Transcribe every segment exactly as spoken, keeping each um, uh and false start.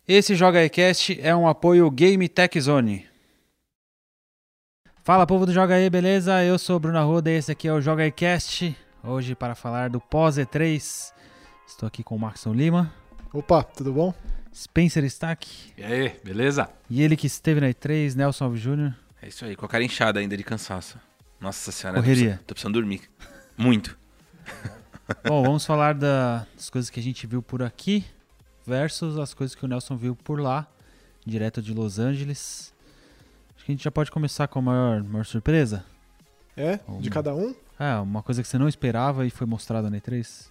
Esse Joga aí Cast é um apoio Game Tech Zone. Fala, povo do Joga aí, beleza? Eu sou o Bruno Arruda e esse aqui é o Joga aí Cast. Hoje para falar do pós E três. Estou aqui com o Maxon Lima. Opa, tudo bom? Spencer Stack. E aí, beleza? E ele que esteve na E três, Nelson Alves Júnior. É isso aí, com a cara inchada ainda de cansaço. Nossa senhora, Correria. Tô precisando, tô precisando dormir. Muito. Bom, vamos falar da- das coisas que a gente viu por aqui versus as coisas que o Nelson viu por lá, direto de Los Angeles. Acho que a gente já pode começar com a maior, maior surpresa. É? Vamos. De cada um? É, uma coisa que você não esperava e foi mostrada na E três.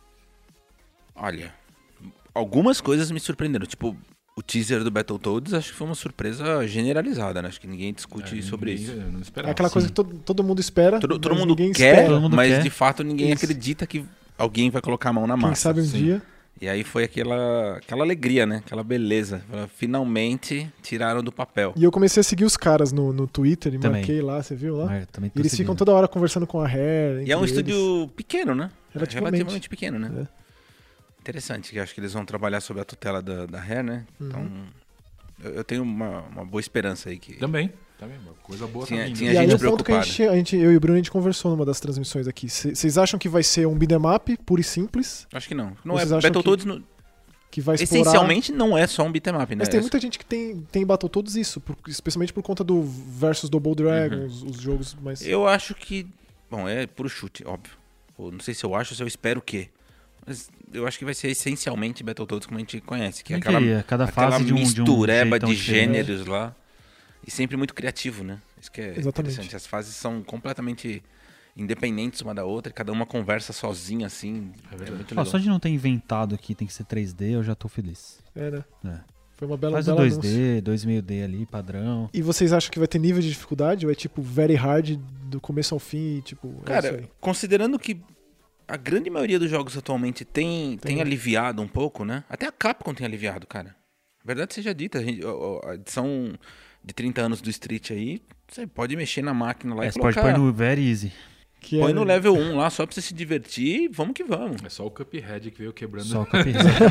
Olha, algumas coisas me surpreenderam. Tipo, o teaser do Battletoads acho que foi uma surpresa generalizada, né? Acho que ninguém discute É, sobre ninguém- isso. eu não É esperava. aquela sim. coisa que todo, todo mundo espera. Todo, todo mas mundo ninguém quer, espera. Todo mundo mas quer. de fato ninguém Isso. acredita que alguém vai colocar a mão na Quem massa. sabe um sim. dia. E aí foi aquela, aquela alegria, né? Aquela beleza. Finalmente tiraram do papel. E eu comecei a seguir os caras no, no Twitter e Também. marquei lá, você viu lá? Mas também tô E eles seguindo. ficam toda hora conversando com a Hair. E é um entre eles. estúdio pequeno, né? Relativamente. Relativamente pequeno, né? É. Interessante, que eu acho que eles vão trabalhar sob a tutela da, da Rare, né? Uhum. Então, eu, eu tenho uma, uma boa esperança aí que... Também, também, uma coisa boa Tinha- também. tinha E aí gente o ponto que a preocupada. gente, a gente, eu e o Bruno, a gente conversou numa das transmissões aqui. Vocês acham que vai ser um beat'em up puro e simples? Acho que não. Não Vocês é, acham Battletoads, no- Que vai explorar... essencialmente, não é só um beat'em up, né? Mas tem É muita gente que tem, tem Battletoads isso, por- especialmente por conta do versus Double Dragon, os, os jogos mais... Eu acho que... Bom, é puro chute, óbvio. Pô, não sei se eu acho ou se eu espero o quê. Mas eu acho que vai ser essencialmente Battletoads como a gente conhece. Que é Eu aquela, queria, cada aquela fase de um, de um mistureba jeitão de diferente. gêneros lá. E sempre muito criativo, né? Isso que é Exatamente. interessante. As fases são completamente independentes uma da outra. Cada uma conversa sozinha, assim. É, verdade. muito Ó, legal. só de não ter inventado que tem que ser três D, eu já tô feliz. É, né? É. Foi uma bela, Faz o bela dois anúncio. D, dois vírgula cinco D ali, padrão. E vocês acham que vai ter nível de dificuldade? Ou é tipo very hard do começo ao fim e tipo. é isso Cara, aí? considerando que a grande maioria dos jogos atualmente tem, tem. Tem. aliviado um pouco, né? Até a Capcom tem aliviado, cara. Verdade seja dita, a, gente- ó, ó, a edição de trinta anos do Street aí, você pode mexer na máquina lá É, e você pode colocar... pôr no Very Easy. Que Põe é- no level um lá só pra você se divertir e vamos que vamos. É só o Cuphead que veio quebrando, Só o Cuphead.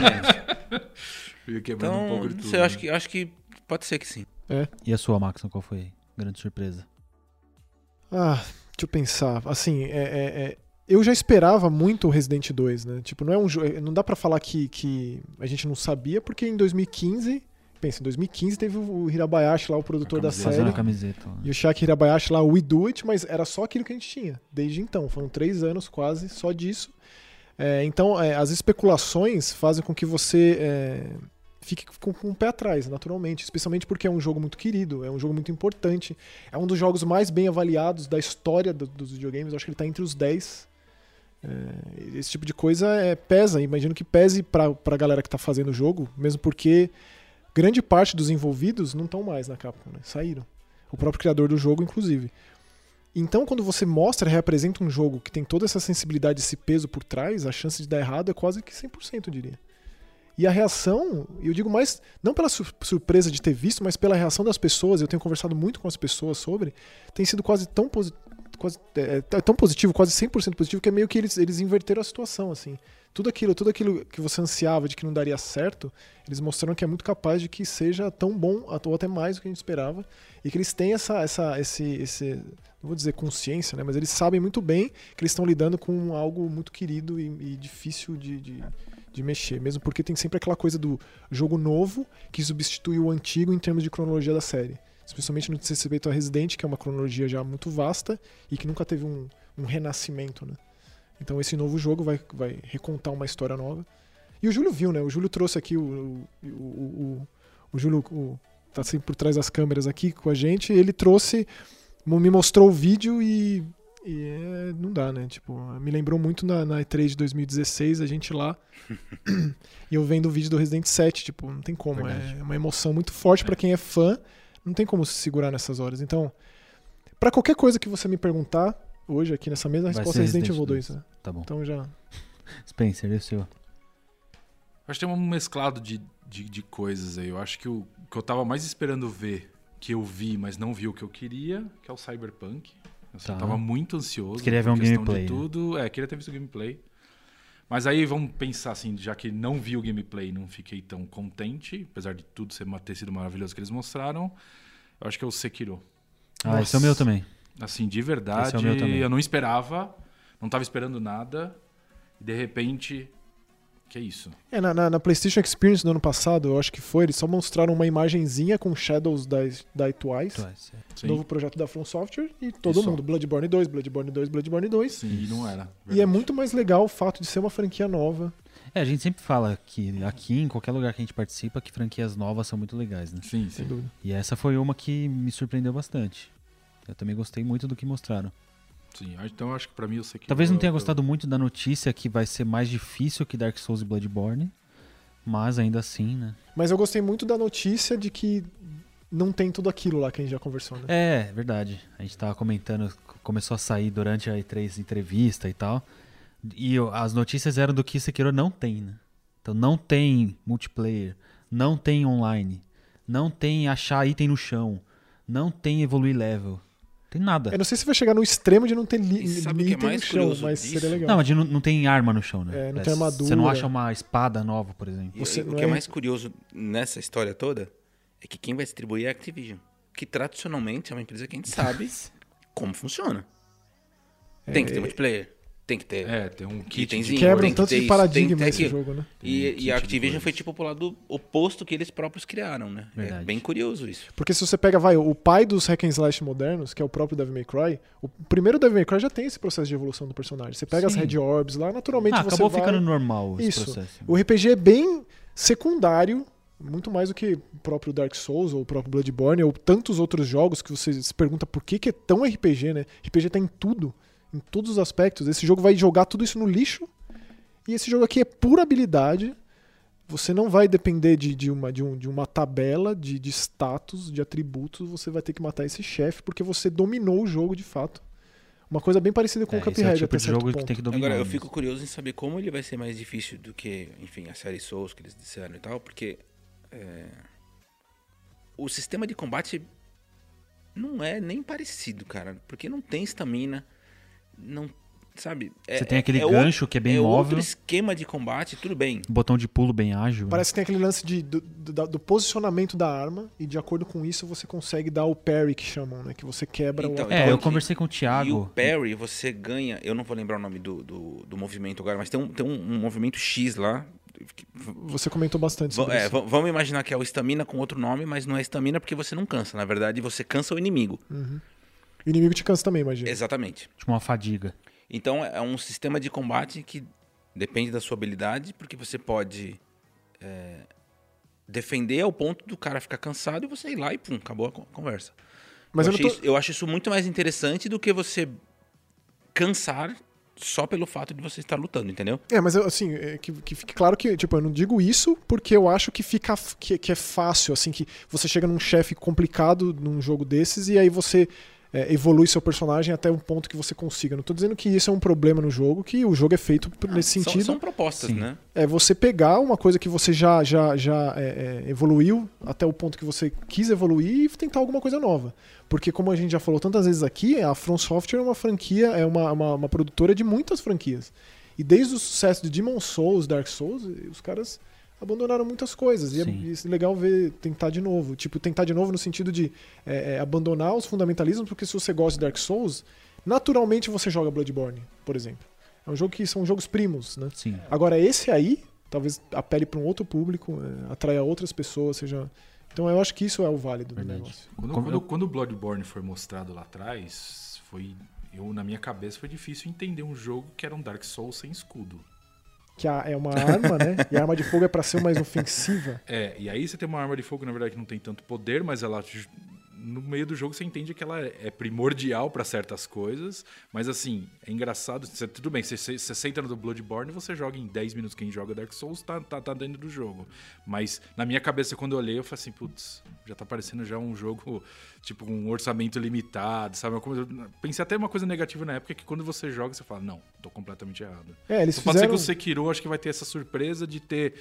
veio quebrando um Então, pouco de não tudo. sei, eu acho né? que, acho que pode ser que sim. E a sua, Maxon, qual foi a grande surpresa? Ah, deixa eu pensar. Assim, é, é- é- eu já esperava muito o Resident dois, né? Tipo, não é um jogo. Não dá pra falar que, que a gente não sabia, porque em dois mil e quinze. Pensa, em dois mil e quinze teve o Hirabayashi lá, o produtor da camiseta. Fazendo série. a camiseta. né? E o Shaki Hirabayashi lá, o We Do It, mas era só aquilo que a gente tinha, desde então. Foram três anos quase só disso. É, então, é, as especulações fazem com que você é, fique com, com o pé atrás, naturalmente. Especialmente porque é um jogo muito querido, é um jogo muito importante. É um dos jogos mais bem avaliados da história do- dos videogames. Eu acho que ele está entre os dez. É, esse tipo de coisa é, pesa. Imagino que pese para a galera que está fazendo o jogo, mesmo porque grande parte dos envolvidos não estão mais na Capcom, né? Saíram. O próprio criador do jogo, inclusive. Então, quando você mostra, reapresenta um jogo que tem toda essa sensibilidade, esse peso por trás, a chance de dar errado é quase que cem por cento, eu diria. E a reação, eu digo mais, não pela sur- surpresa de ter visto, mas pela reação das pessoas, eu tenho conversado muito com as pessoas sobre, tem sido quase tão, posi- quase, é, é tão positivo, quase cem por cento positivo, que é meio que eles, eles inverteram a situação, assim. Tudo aquilo, tudo aquilo que você ansiava de que não daria certo, eles mostraram que é muito capaz de que seja tão bom, ou até mais do que a gente esperava, e que eles têm essa, essa, esse, esse, não vou dizer consciência, né, mas eles sabem muito bem que eles estão lidando com algo muito querido e, e difícil de, de, de mexer, mesmo porque tem sempre aquela coisa do jogo novo que substitui o antigo em termos de cronologia da série. Especialmente no que diz respeito a Resident, que é uma cronologia já muito vasta e que nunca teve um, um renascimento, né? Então esse novo jogo vai, vai recontar uma história nova. E o Júlio viu, né? O Júlio trouxe aqui, o, o, o, o, o Júlio o, tá sempre por trás das câmeras aqui com a gente, e ele trouxe, me mostrou o vídeo e, e é, não dá, né? Tipo, me lembrou muito na, na E três de dois mil e dezesseis, a gente lá, e eu vendo o vídeo do Resident sete, tipo, não tem como, Verdade. é uma emoção muito forte pra quem é fã, não tem como se segurar nessas horas. Então, pra qualquer coisa que você me perguntar hoje aqui nessa mesa, a Vai resposta ser é Resident Resident Evil dois, dois. né? Tá bom. Então já... Spencer, e o seu? Acho que tem um mesclado de, de, de coisas aí. Eu acho que o que eu tava mais esperando ver, que eu vi, mas não vi o que eu queria, que é o Cyberpunk. Assim, Tá. Eu tava muito ansioso. Você queria ver por um questão gameplay, de né? tudo. É, queria ter visto o gameplay. Mas aí vamos pensar assim, já que não vi o gameplay, não fiquei tão contente, apesar de tudo ser, ter sido maravilhoso que eles mostraram, eu acho que é o Sekiro. Ah, Nossa. esse é o meu também. Assim, de verdade, Esse é o meu também. eu não esperava, não tava esperando nada, e de repente, que é isso? É, na, na, na PlayStation Experience do ano passado, eu acho que foi, eles só mostraram uma imagenzinha com Shadows da, da Twice, Twice, é. Sim, novo projeto da From Software, e todo Isso. mundo, Bloodborne dois, Bloodborne dois, Bloodborne dois. sim, e não era. E é verdade. muito mais legal o fato de ser uma franquia nova. É, a gente sempre fala que aqui, em qualquer lugar que a gente participa, que franquias novas são muito legais, né? Sim, Sem sim. dúvida. E essa foi uma que me surpreendeu bastante. Eu também gostei muito do que mostraram. sim. Então eu acho que pra mim o Sekiro... Talvez não tenha eu- gostado muito da notícia que vai ser mais difícil que Dark Souls e Bloodborne, mas ainda assim, né? Mas eu gostei muito da notícia de que não tem tudo aquilo lá que a gente já conversou, né? É, verdade. A gente tava comentando, começou a sair durante a E três entrevista e tal. E eu- as notícias eram do que Sekiro não tem, né? Então não tem multiplayer, não tem online, não tem achar item no chão, não tem evoluir level. Tem nada. Eu não sei se vai chegar no extremo de não ter li E sabe o que é item no mais chão, curioso mas disso? seria legal. Não, mas de não, não tem arma no chão, né? É, não tem armadura. Você não acha uma espada nova, por exemplo. E- Você e o não que é é- mais curioso nessa história toda é que quem vai distribuir é a Activision. Que tradicionalmente é uma empresa que a gente sabe como funciona. Tem que ter multiplayer, tem que ter É, tem um kit Itenzinho, de... Quebra tem um que tanto ter de isso, paradigma tem que ter nesse aquilo. jogo, né? Tem E, um e kit a de Activision coisas. foi tipo pro lado oposto que eles próprios criaram, né? É Verdade. bem curioso isso. Porque se você pega, vai, o pai dos hack and slash modernos, que é o próprio Devil May Cry, o primeiro Devil May Cry já tem esse processo de evolução do personagem. Você pega Sim. as Red Orbs lá, naturalmente Ah, você acabou vai... ficando normal esse Isso. processo. O R P G é bem secundário, muito mais do que o próprio Dark Souls ou o próprio Bloodborne ou tantos outros jogos que você se pergunta por que, que é tão R P G, né? R P G tá em tudo, em todos os aspectos. Esse jogo vai jogar tudo isso no lixo e esse jogo aqui é pura habilidade. Você não vai depender de, de, uma, de, um, de uma tabela de, de status, de atributos. Você vai ter que matar esse chefe porque você dominou o jogo de fato. Uma coisa bem parecida com É, o esse é o Cuphead tipo até de certo jogo que ponto. tem que dominar. Agora, eu mesmo. fico curioso em saber como ele vai ser mais difícil do que, enfim, a série Souls que eles disseram e tal, porque é, o sistema de combate não é nem parecido, cara, porque não tem estamina, não, sabe? É- Você tem aquele é gancho outro- que é bem é móvel, outro esquema de combate, tudo bem. botão de pulo bem ágil. né? Parece que tem aquele lance de, do, do- do posicionamento da arma e de acordo com isso você consegue dar o parry que chamam, né? Que você quebra Então, o É, Então, eu que- conversei com o E o Thiago. parry, você ganha, eu não vou lembrar o nome do, do, do movimento agora, mas tem um, tem um, um movimento X lá. que- Você comentou bastante Va- sobre é, isso. va- vamos imaginar que é o estamina com outro nome, mas não é estamina porque você não cansa. Na verdade, você cansa o inimigo. Uhum. O inimigo te cansa também, imagina. Exatamente. Tipo uma fadiga. Então é um sistema de combate que depende da sua habilidade, porque você pode é, defender ao ponto do cara ficar cansado e você ir lá e pum, acabou a con- conversa. Mas eu, eu, achei não tô... isso- eu acho isso muito mais interessante do que você cansar só pelo fato de você estar lutando, entendeu? É, mas eu, assim, é, que, que fique claro que, tipo, eu não digo isso porque eu acho que fica f- que, que é fácil, assim, que você chega num chefe complicado num jogo desses e aí você é, evolui seu personagem até um ponto que você consiga. Não tô dizendo que isso é um problema no jogo, que o jogo é feito por- nesse São- sentido. São, propostas, Sim. né? É você pegar uma coisa que você já, já, já é, é, evoluiu até o ponto que você quis evoluir e tentar alguma coisa nova. Porque, como a gente já falou tantas vezes aqui, a From Software é uma franquia, é uma, uma, uma produtora de muitas franquias. E desde o sucesso de Demon Souls, Dark Souls, os caras abandonaram muitas coisas. E é, Sim. e é legal ver, tentar de novo. Tipo, tentar de novo no sentido de é, é, abandonar os fundamentalismos, porque se você gosta de Dark Souls, naturalmente você joga Bloodborne, por exemplo. É um jogo que são jogos primos, né? Sim. Agora, esse aí, talvez apele para um outro público, é, atraia outras pessoas, seja... Então eu acho que isso é o válido Verdade. do negócio. Quando, Como quando, eu- quando o Bloodborne foi mostrado lá atrás, foi... Eu, na minha cabeça, foi difícil entender um jogo que era um Dark Souls sem escudo. Que a- é uma arma, né? E a arma de fogo é para ser mais ofensiva. É, e aí você tem uma arma de fogo que, na verdade, não tem tanto poder, mas ela... No meio do jogo você entende que ela é primordial pra certas coisas, mas assim, é engraçado. Você, tudo bem, você, você, você senta no Bloodborne e você joga em dez minutos. Quem joga Dark Souls tá, tá, tá dentro do jogo. Mas na minha cabeça, quando eu olhei, eu falei assim: putz, já tá parecendo já um jogo tipo um orçamento limitado, sabe? Uma coisa- pensei até uma coisa negativa na época, que quando você joga, você fala: não, tô completamente errado. É, eles Então, pode ser que fizeram... o Sekiro, acho que vai ter essa surpresa de ter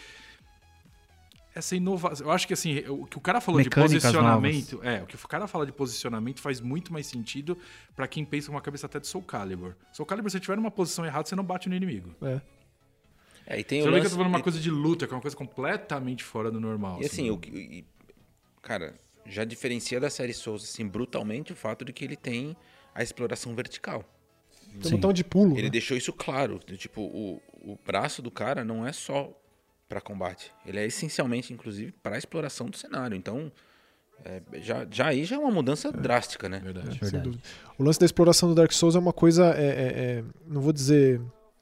essa inovação. Eu acho que assim, o que o cara falou Mecânicas de posicionamento, é, o que o cara fala de posicionamento faz muito mais sentido pra quem pensa com uma cabeça até de Soul Calibur. Soul Calibur, se você tiver numa posição errada, você não bate no inimigo. É. É, e tem Você o vê lance... que eu tô falando uma e- coisa de luta, que é uma coisa completamente fora do normal. E assim, o, que- e- cara, já diferencia da série Souls, assim, brutalmente o fato de que ele tem a exploração vertical. Tem Sim. um botão de pulo. Ele né? deixou isso claro. Tipo, o, o braço do cara não é só pra combate. Ele é essencialmente, inclusive, pra exploração do cenário. Então, é, já, já aí já é uma mudança drástica, né? Verdade. Sem Verdade. dúvida. O lance da exploração do Dark Souls é uma coisa, é, é, é, não vou dizer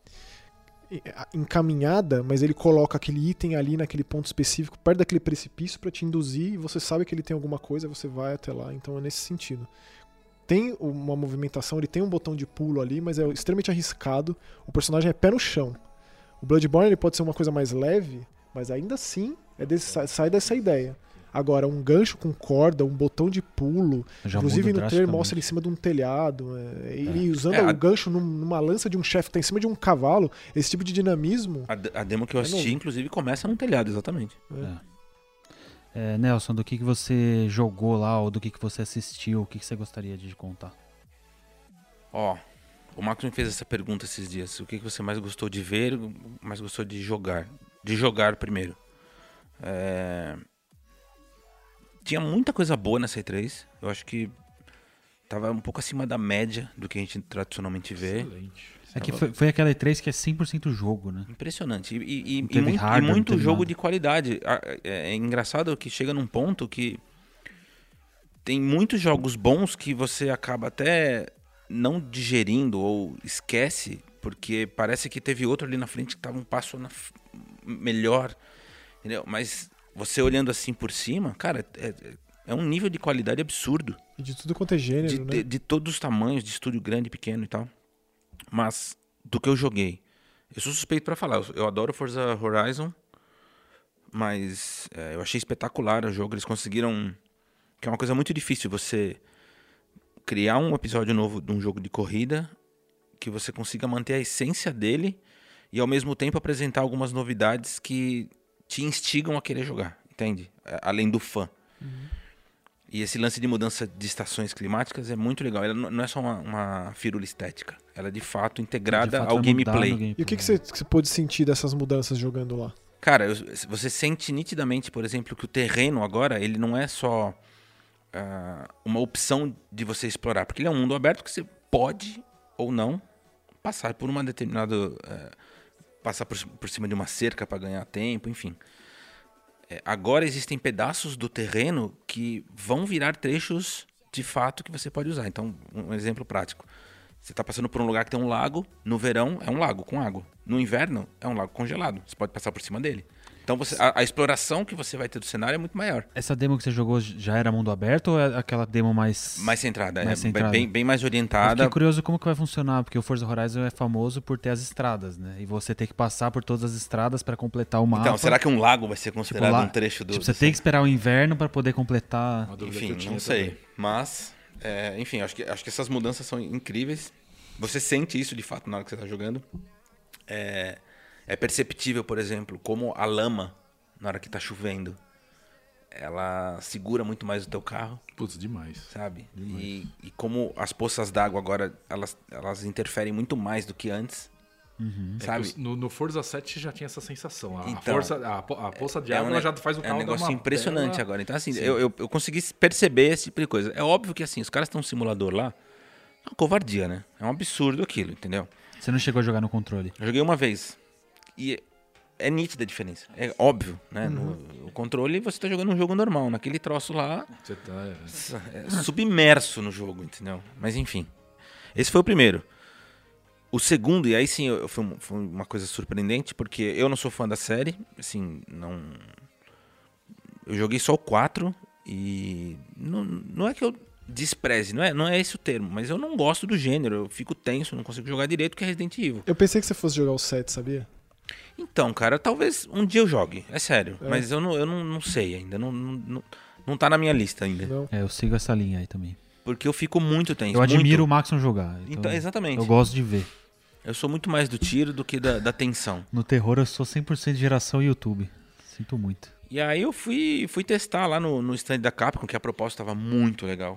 encaminhada, mas ele coloca aquele item ali naquele ponto específico, perto daquele precipício pra te induzir, e você sabe que ele tem alguma coisa, você vai até lá, então é nesse sentido. Tem uma movimentação, ele tem um botão de pulo ali, mas é extremamente arriscado, o personagem é pé no chão. O Bloodborne ele pode ser uma coisa mais leve, mas ainda assim é desse, sai- sai dessa ideia. Agora, um gancho com corda, um botão de pulo, Já inclusive muda no trailer drasticamente. mostra ele em cima de um telhado, é, ele usando É, a- o gancho num- numa lança de um chefe que tá em cima de um cavalo, esse tipo de dinamismo. A, de- a demo que eu É assisti, novo. inclusive, começa num telhado, exatamente. É, Nelson, do que, que você jogou lá ou do que, que você assistiu, o que, que você gostaria de contar? Ó, o Marcos me fez essa pergunta esses dias. O que que você mais gostou de ver, mais gostou de jogar? De jogar primeiro. É, Tinha muita coisa boa nessa E três. Eu acho que tava um pouco acima da média do que a gente tradicionalmente vê. Excelente. É que foi, foi aquela E três que é cem por cento jogo, né? Impressionante. E, e- e- Não e teve muito, e hardware, não muito teve jogo nada. de qualidade. Ah, É, é engraçado que chega num ponto que tem muitos jogos bons que você acaba até não digerindo ou esquece, porque parece que teve outro ali na frente que tava um passo na f- melhor. Entendeu? Mas você olhando assim por cima, cara, é, é um nível de qualidade absurdo. E de tudo quanto é gênero, De, né? de- de todos os tamanhos, de estúdio grande, pequeno e tal. Mas do que eu joguei, eu sou suspeito pra falar. Eu, eu adoro Forza Horizon, mas é, eu achei espetacular o jogo. Eles conseguiram, que é uma coisa muito difícil, você criar um episódio novo de um jogo de corrida que você consiga manter a essência dele e ao mesmo tempo apresentar algumas novidades que te instigam a querer jogar, entende? É, além do fã. E esse lance de mudança de estações climáticas é muito legal. Ela não não é só uma, uma firula estética. Ela é de fato integrada De fato, ao vai mudar gameplay. no gameplay. E o que, que, você, que você pôde sentir dessas mudanças jogando lá? Cara, eu- você sente nitidamente, por exemplo, que o terreno agora, ele não é só ah, uma opção de você explorar. Porque ele é um mundo aberto que você pode ou não passar por uma determinada... eh, passar por, por cima de uma cerca para ganhar tempo, enfim. É, agora existem pedaços do terreno que vão virar trechos de fato que você pode usar. Então, um exemplo prático. Você está passando por um lugar que tem um lago, no verão é um lago com água. No inverno é um lago congelado, você pode passar por cima dele. Então você, a, a exploração que você vai ter do cenário é muito maior. Essa demo que você jogou já era mundo aberto ou é aquela demo mais... Mais centrada, Mais é centrada. Bem, bem mais Eu orientada. fiquei curioso como que vai funcionar, porque o Forza Horizon é famoso por ter as estradas, né? E você tem que passar por todas as estradas pra completar o mapa. Então, será que um lago vai ser considerado lá- um trecho do... Tipo, você do tem que esperar o inverno pra poder completar. Uma dúvida que Enfim, eu tinha não sei. também. Mas, é, enfim, acho que, acho que essas mudanças são incríveis. Você sente isso de fato na hora que você está jogando. É, é perceptível, por exemplo, como a lama, na hora que está chovendo, ela segura muito mais o teu carro, Putz, demais. sabe? Demais. E, e como as poças d'água agora, elas, elas interferem muito mais do que antes, É sabe? que No, no Forza sete já tinha essa sensação. A, a Então, força, a, po- a poça de É um água ne- já faz o é carro um dar negócio uma impressionante bela- agora. Então, assim, Sim. eu, eu, eu consegui perceber esse tipo de coisa. É óbvio que, assim, os caras têm um simulador lá, é uma covardia, né? É um absurdo aquilo, entendeu? Você não chegou a jogar no controle. Eu joguei uma vez. E é nítida a diferença. É óbvio, né? No o controle, você tá jogando um jogo normal. Naquele troço lá, Você tá, é. é submerso no jogo, entendeu? Mas enfim. Esse foi o primeiro. O segundo, e aí sim eu- foi, um- foi uma coisa surpreendente, porque eu não sou fã da série. Assim, não... Eu joguei só o quatro e... Não, não é que eu despreze, não é, não é esse o termo. Mas eu não gosto do gênero. Eu fico tenso, não consigo jogar direito, que é Resident Evil. Eu pensei que você fosse jogar o sete, sabia? Então, cara, talvez um dia eu jogue, é sério. É. Mas eu não, eu não, não sei ainda, não, não, não, não tá na minha lista ainda. Não. É, eu sigo essa linha aí também. Porque eu fico muito tenso. Eu admiro o muito. Maxon jogar. Então Então, exatamente. eu gosto de ver. Eu sou muito mais do tiro do que da, da tensão. No terror eu sou cem por cento de geração YouTube. Sinto muito. E aí eu fui, fui testar lá no, no stand da Capcom, que a proposta estava muito legal.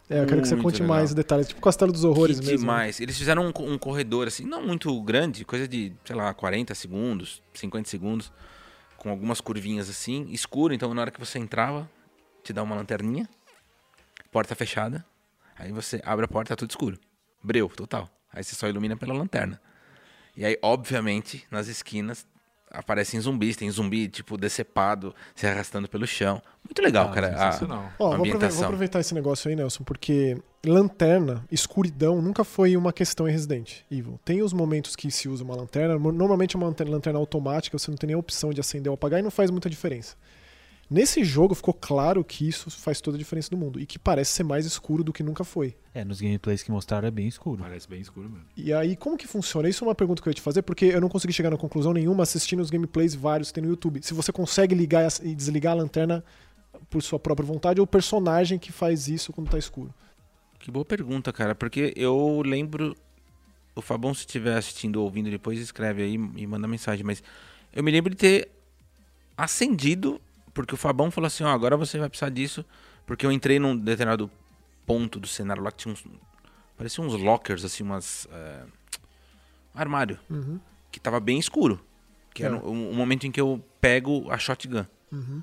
É, eu quero que você Muito conte legal. mais detalhes, tipo Castelo dos Horrores Que mesmo. demais. Eles fizeram um, um corredor, assim, não muito grande, coisa de, sei lá, quarenta segundos, cinquenta segundos, com algumas curvinhas assim, escuro, então na hora que você entrava, te dá uma lanterninha, porta fechada, aí você abre a porta, tá tudo escuro. Breu, total. Aí você só ilumina pela lanterna. E aí, obviamente, nas esquinas aparecem zumbis, tem zumbi, tipo, decepado, se arrastando pelo chão. Muito legal, Ah, cara. sensacional. Ó, vou, aprove- ambientação. vou aproveitar esse negócio aí, Nelson, porque lanterna, escuridão, nunca foi uma questão em Resident Evil. Tem os momentos que se usa uma lanterna, normalmente é uma lanterna, lanterna automática, você não tem nem a opção de acender ou apagar e não faz muita diferença. Nesse jogo ficou claro que isso faz toda a diferença do mundo e que parece ser mais escuro do que nunca foi. É, nos gameplays que mostraram é bem escuro. Parece bem escuro mesmo. E aí, como que funciona? Isso é uma pergunta que eu ia te fazer, porque eu não consegui chegar na conclusão nenhuma assistindo os gameplays vários que tem no YouTube. Se você consegue ligar e desligar a lanterna por sua própria vontade ou o personagem que faz isso quando tá escuro. Que boa pergunta, cara, porque eu lembro... O Fabão, se estiver assistindo ou ouvindo depois, escreve aí e manda mensagem, mas eu me lembro de ter acendido, porque o Fabão falou assim, ó, agora você vai precisar disso, porque eu entrei num determinado ponto do cenário lá que tinha uns... Parecia uns lockers, assim, umas... É, um armário, Uhum, que tava bem escuro, que É. era o, o momento em que eu pego a shotgun. uhum.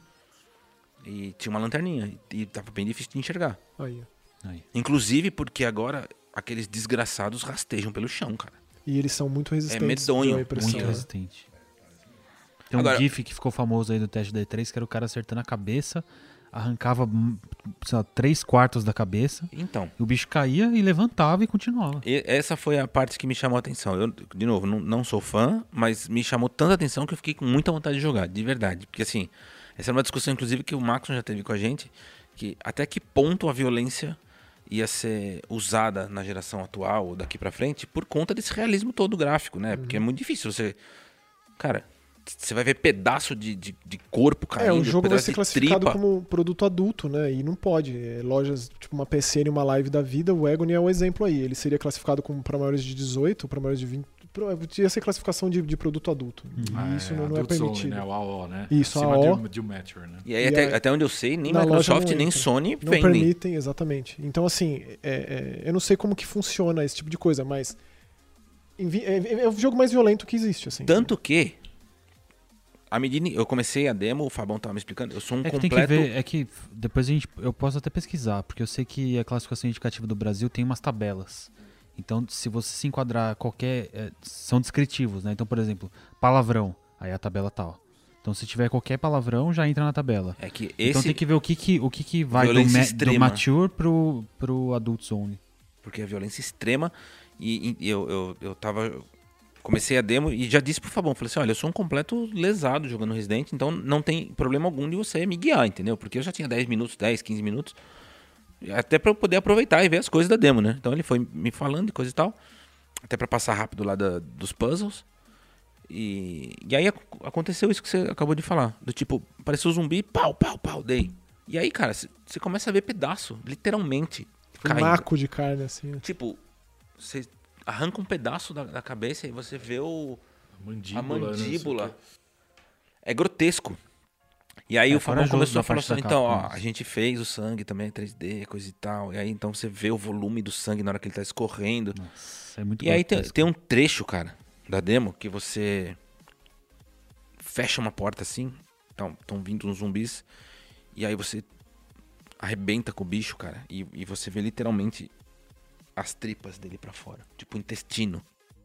E tinha uma lanterninha, e tava bem difícil de enxergar. Aí. Aí. Inclusive porque agora aqueles desgraçados rastejam pelo chão, cara. E eles são muito resistentes. medonho, deu a impressão, Muito né? resistente. Tem um Agora- GIF que ficou famoso aí do teste da E três, que era o cara acertando a cabeça, arrancava, hum, sei lá, três quartos da cabeça, Então, e o bicho caía e levantava e continuava. e- essa foi a parte que me chamou a atenção. Eu, de novo, não, não sou fã, mas me chamou tanta atenção que eu fiquei com muita vontade de jogar, de verdade. Porque assim, essa era uma discussão, inclusive, que o Maxon já teve com a gente, que até que ponto a violência ia ser usada na geração atual ou daqui pra frente por conta desse realismo todo gráfico, né? Porque é muito difícil você... Cara, você vai ver pedaço de, de, de corpo caindo, É, o jogo vai pedaço ser de classificado tripa. como produto adulto, né? E não pode. É, lojas, tipo uma P S N, uma Live da vida, o Egoni é o exemplo aí. Ele seria classificado como para maiores de dezoito, para maiores de vinte. pro- Ia ser classificação de, de produto adulto. E isso não, não é Adult Only, permitido. né? O A O, né? Isso, Acima A O. de, de um Mature, né? E aí, E até, aí- até onde eu sei, nem Na loja Microsoft não nem entra. Sony Não vendem. permitem, exatamente. Então, assim, é- é, eu não sei como que funciona esse tipo de coisa, mas envi- é, é o jogo mais violento que existe, assim. Tanto que, à medida que eu comecei a demo, o Fabão tava me explicando, eu sou um É que tem completo... que ver, é que depois a gente, eu posso até pesquisar, porque eu sei que a classificação indicativa do Brasil tem umas tabelas. Então, se você se enquadrar qualquer, é, são descritivos, né? Então, por exemplo, palavrão, aí a tabela tá, ó. Então, se tiver qualquer palavrão, já entra na tabela. É que Então esse... tem que ver o que que, o que, que vai do, Violência ma- do extrema. mature pro, pro adult zone. Porque é violência extrema. E, e eu, eu, eu tava... Comecei a demo e já disse pro Fabão, falei assim, olha, eu sou um completo lesado jogando Resident, então não tem problema algum de você me guiar, entendeu? Porque eu já tinha dez minutos, dez, quinze minutos, até pra eu poder aproveitar e ver as coisas da demo, né? Então ele foi me falando de coisa e tal, até pra passar rápido lá da- dos puzzles. E, e aí ac- aconteceu isso que você acabou de falar, do tipo, apareceu o zumbi, pau, pau, pau, dei. E aí, cara, você começa a ver pedaço, literalmente, Um caindo. naco de carne, assim. né? Tipo, você arranca um pedaço da, da cabeça e você vê o, A mandíbula. a né, não sei o mandíbula. quê. É grotesco. E aí É, o fora Fabão jogo começou da a falar parte da assim, então, ó, Capcom. a gente fez o sangue também em três D, coisa e tal. E aí então você vê o volume do sangue na hora que ele tá escorrendo. Nossa, é muito E aí tem, grotesco. tem um trecho, cara, da demo que você fecha uma porta assim, então estão vindo uns zumbis, e aí você arrebenta com o bicho, cara, e, e você vê literalmente as tripas dele pra fora, tipo o intestino.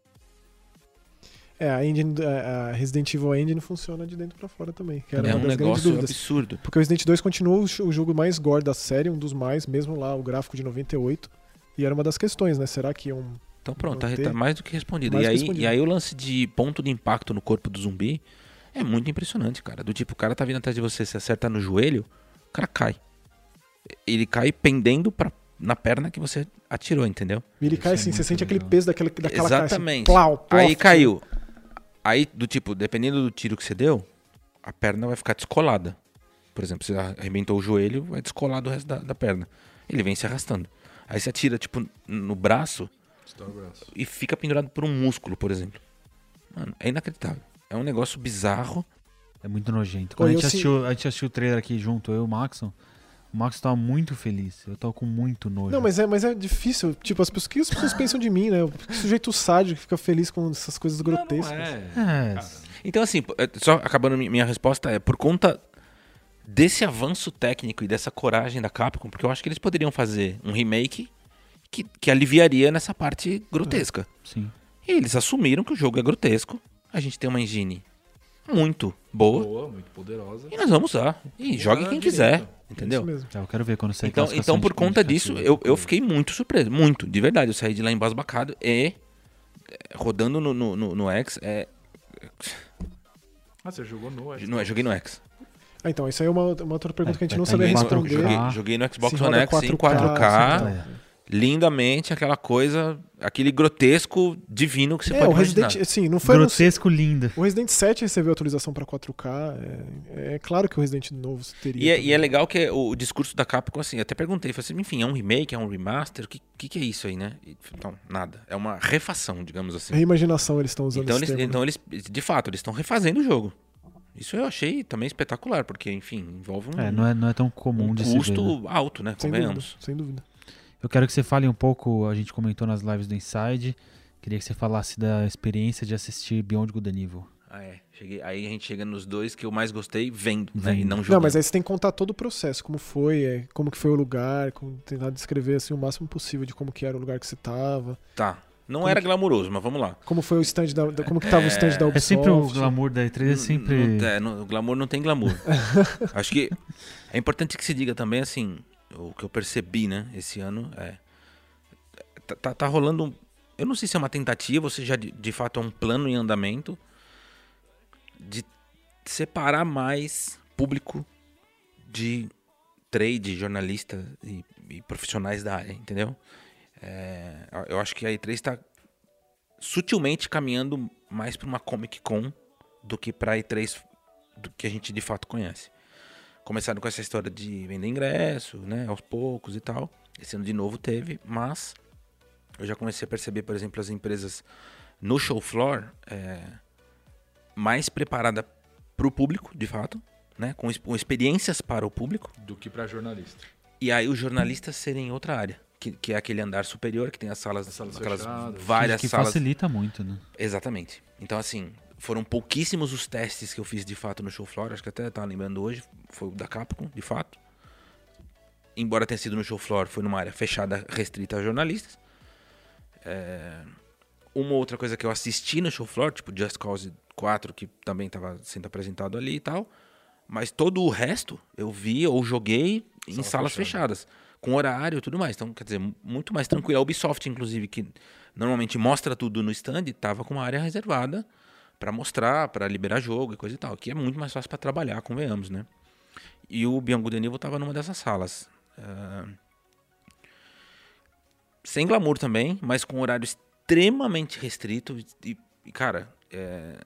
É, a, engine, a a Resident Evil Engine funciona de dentro pra fora também. Que era É uma um das grandes negócio dúvidas. absurdo. Porque o Resident dois continua o jo- o jogo mais gore da série, um dos mais, mesmo lá o gráfico de noventa e oito. E era uma das questões, né? Será que é um. Então pronto, tá, Manter. tá mais do que respondido. Mais E que aí, respondido. e aí o lance de ponto de impacto no corpo do zumbi é muito impressionante, cara. Do tipo, o cara tá vindo atrás de você, se acerta no joelho, o cara cai. Ele cai pendendo pra, na perna que você atirou, entendeu? Ele cai Isso é assim, você muito sente aquele legal. peso daquela, daquela cara, assim, Exatamente. plau, plof, Aí caiu. Aí, do tipo, dependendo do tiro que você deu, a perna vai ficar descolada. Por exemplo, você arrebentou o joelho, vai descolar do resto da, da perna. Ele vem se arrastando. Aí você atira, tipo, no braço Estoura o braço. e fica pendurado por um músculo, por exemplo. Mano, é inacreditável. É um negócio bizarro. É muito nojento. Quando a Olha, gente, eu assistiu, a gente assistiu o trailer aqui junto, eu e o Maxon, O Max tava muito feliz. Eu tava com muito nojo. Não, mas é, mas é difícil. Tipo, as pessoas, o que as pessoas pensam de mim, né? O sujeito sádico que fica feliz com essas coisas grotescas. Não, não é. É. Cara, Então, assim, só acabando minha resposta, é por conta desse avanço técnico e dessa coragem da Capcom, porque eu acho que eles poderiam fazer um remake que, que aliviaria nessa parte grotesca. Sim. E eles assumiram que o jogo é grotesco, a gente tem uma engine muito boa, boa, muito poderosa. e nós vamos usar. E jogue quem direito. quiser, entendeu? Isso mesmo. É, eu quero ver quando sair Então, classificação então por de conta qualificativa. disso, eu, eu fiquei muito surpreso. Muito, de verdade. Eu saí de lá embasbacado e é, rodando no, no, no, no X. É, Ah, você jogou no Xbox. não, eu joguei no X. Ah, então, isso aí é uma, uma outra pergunta É, que a gente é, não tá sabia em responder. quatro K. Joguei, joguei no Xbox Se One roda X em quatro K, quatro K, sim, É. lindamente, aquela coisa, aquele grotesco divino que você É, pode o Resident, imaginar. assim, não foi anunci- Grotesco lindo. O Resident sete recebeu atualização pra quatro K. É, é claro que o Resident novo teria. E é, também. e é legal que o, o discurso da Capcom, assim, eu até perguntei, falei assim, enfim, é um remake, é um remaster, o que, que, que é isso aí, né? E, então, nada. É uma refação, digamos assim. Reimaginação eles estão usando Então, esse eles, termo, né? então eles, de fato, eles estão refazendo o jogo. Isso eu achei também espetacular, porque, enfim, envolve um, É, não é, não é tão comum um de se ver. custo né? alto, né? Sem dúvida, Convenhamos. sem dúvida. Eu quero que você fale um pouco, a gente comentou nas lives do Inside, queria que você falasse da experiência de assistir Beyond Good and Evil. Ah, é. Cheguei, aí a gente chega nos dois que eu mais gostei vendo, né? Vendo. E não jogando. Não, mas aí você tem que contar todo o processo, como foi, é, como que foi o lugar, como, tentar descrever assim, o máximo possível de como que era o lugar que você tava, Tá. Não Como era que- glamuroso, mas vamos lá. como foi o stand da, da- como que tava o stand da É Ubisoft. sempre o glamour da E três, é sempre... Não, não- é, não- o glamour não tem glamour. Acho que é importante que se diga também, assim, o que eu percebi, né, esse ano é... Tá, tá, tá rolando um... Eu não sei se é uma tentativa ou se já de, de fato é um plano em andamento de separar mais público de trade, jornalista e, e profissionais da área, entendeu? É, eu acho que a E três está sutilmente caminhando mais para uma Comic Con do que para a E três do que a gente de fato conhece. Começaram com essa história de vender ingresso, né, aos poucos e tal. Esse ano de novo teve, mas eu já comecei a perceber, por exemplo, as empresas no show floor é, mais preparada para o público, de fato, né, com, com experiências para o público. Do que pra jornalista. E aí os jornalistas serem em outra área, que, que é aquele andar superior, que tem as salas, As salas aquelas fechadas. várias que salas. facilita muito, né? Exatamente. Então, assim, foram pouquíssimos os testes que eu fiz de fato no show floor, acho que até tava lembrando hoje, foi o da Capcom, de fato. Embora tenha sido no show floor, foi numa área fechada, restrita a jornalistas. É... Uma outra coisa que eu assisti no show floor, tipo Just Cause quatro, que também estava sendo apresentado ali e tal. Mas todo o resto eu vi ou joguei em Sala salas fechada. fechadas, com horário e tudo mais. Então, quer dizer, muito mais tranquilo. A Ubisoft, inclusive, que normalmente mostra tudo no stand, tava com uma área reservada para mostrar, para liberar jogo e coisa e tal. Que é muito mais fácil para trabalhar, convenhamos, né? E o Beyond Good and Evil tava numa dessas salas. Uh... Sem glamour também, mas com horário extremamente restrito. E, e cara, é...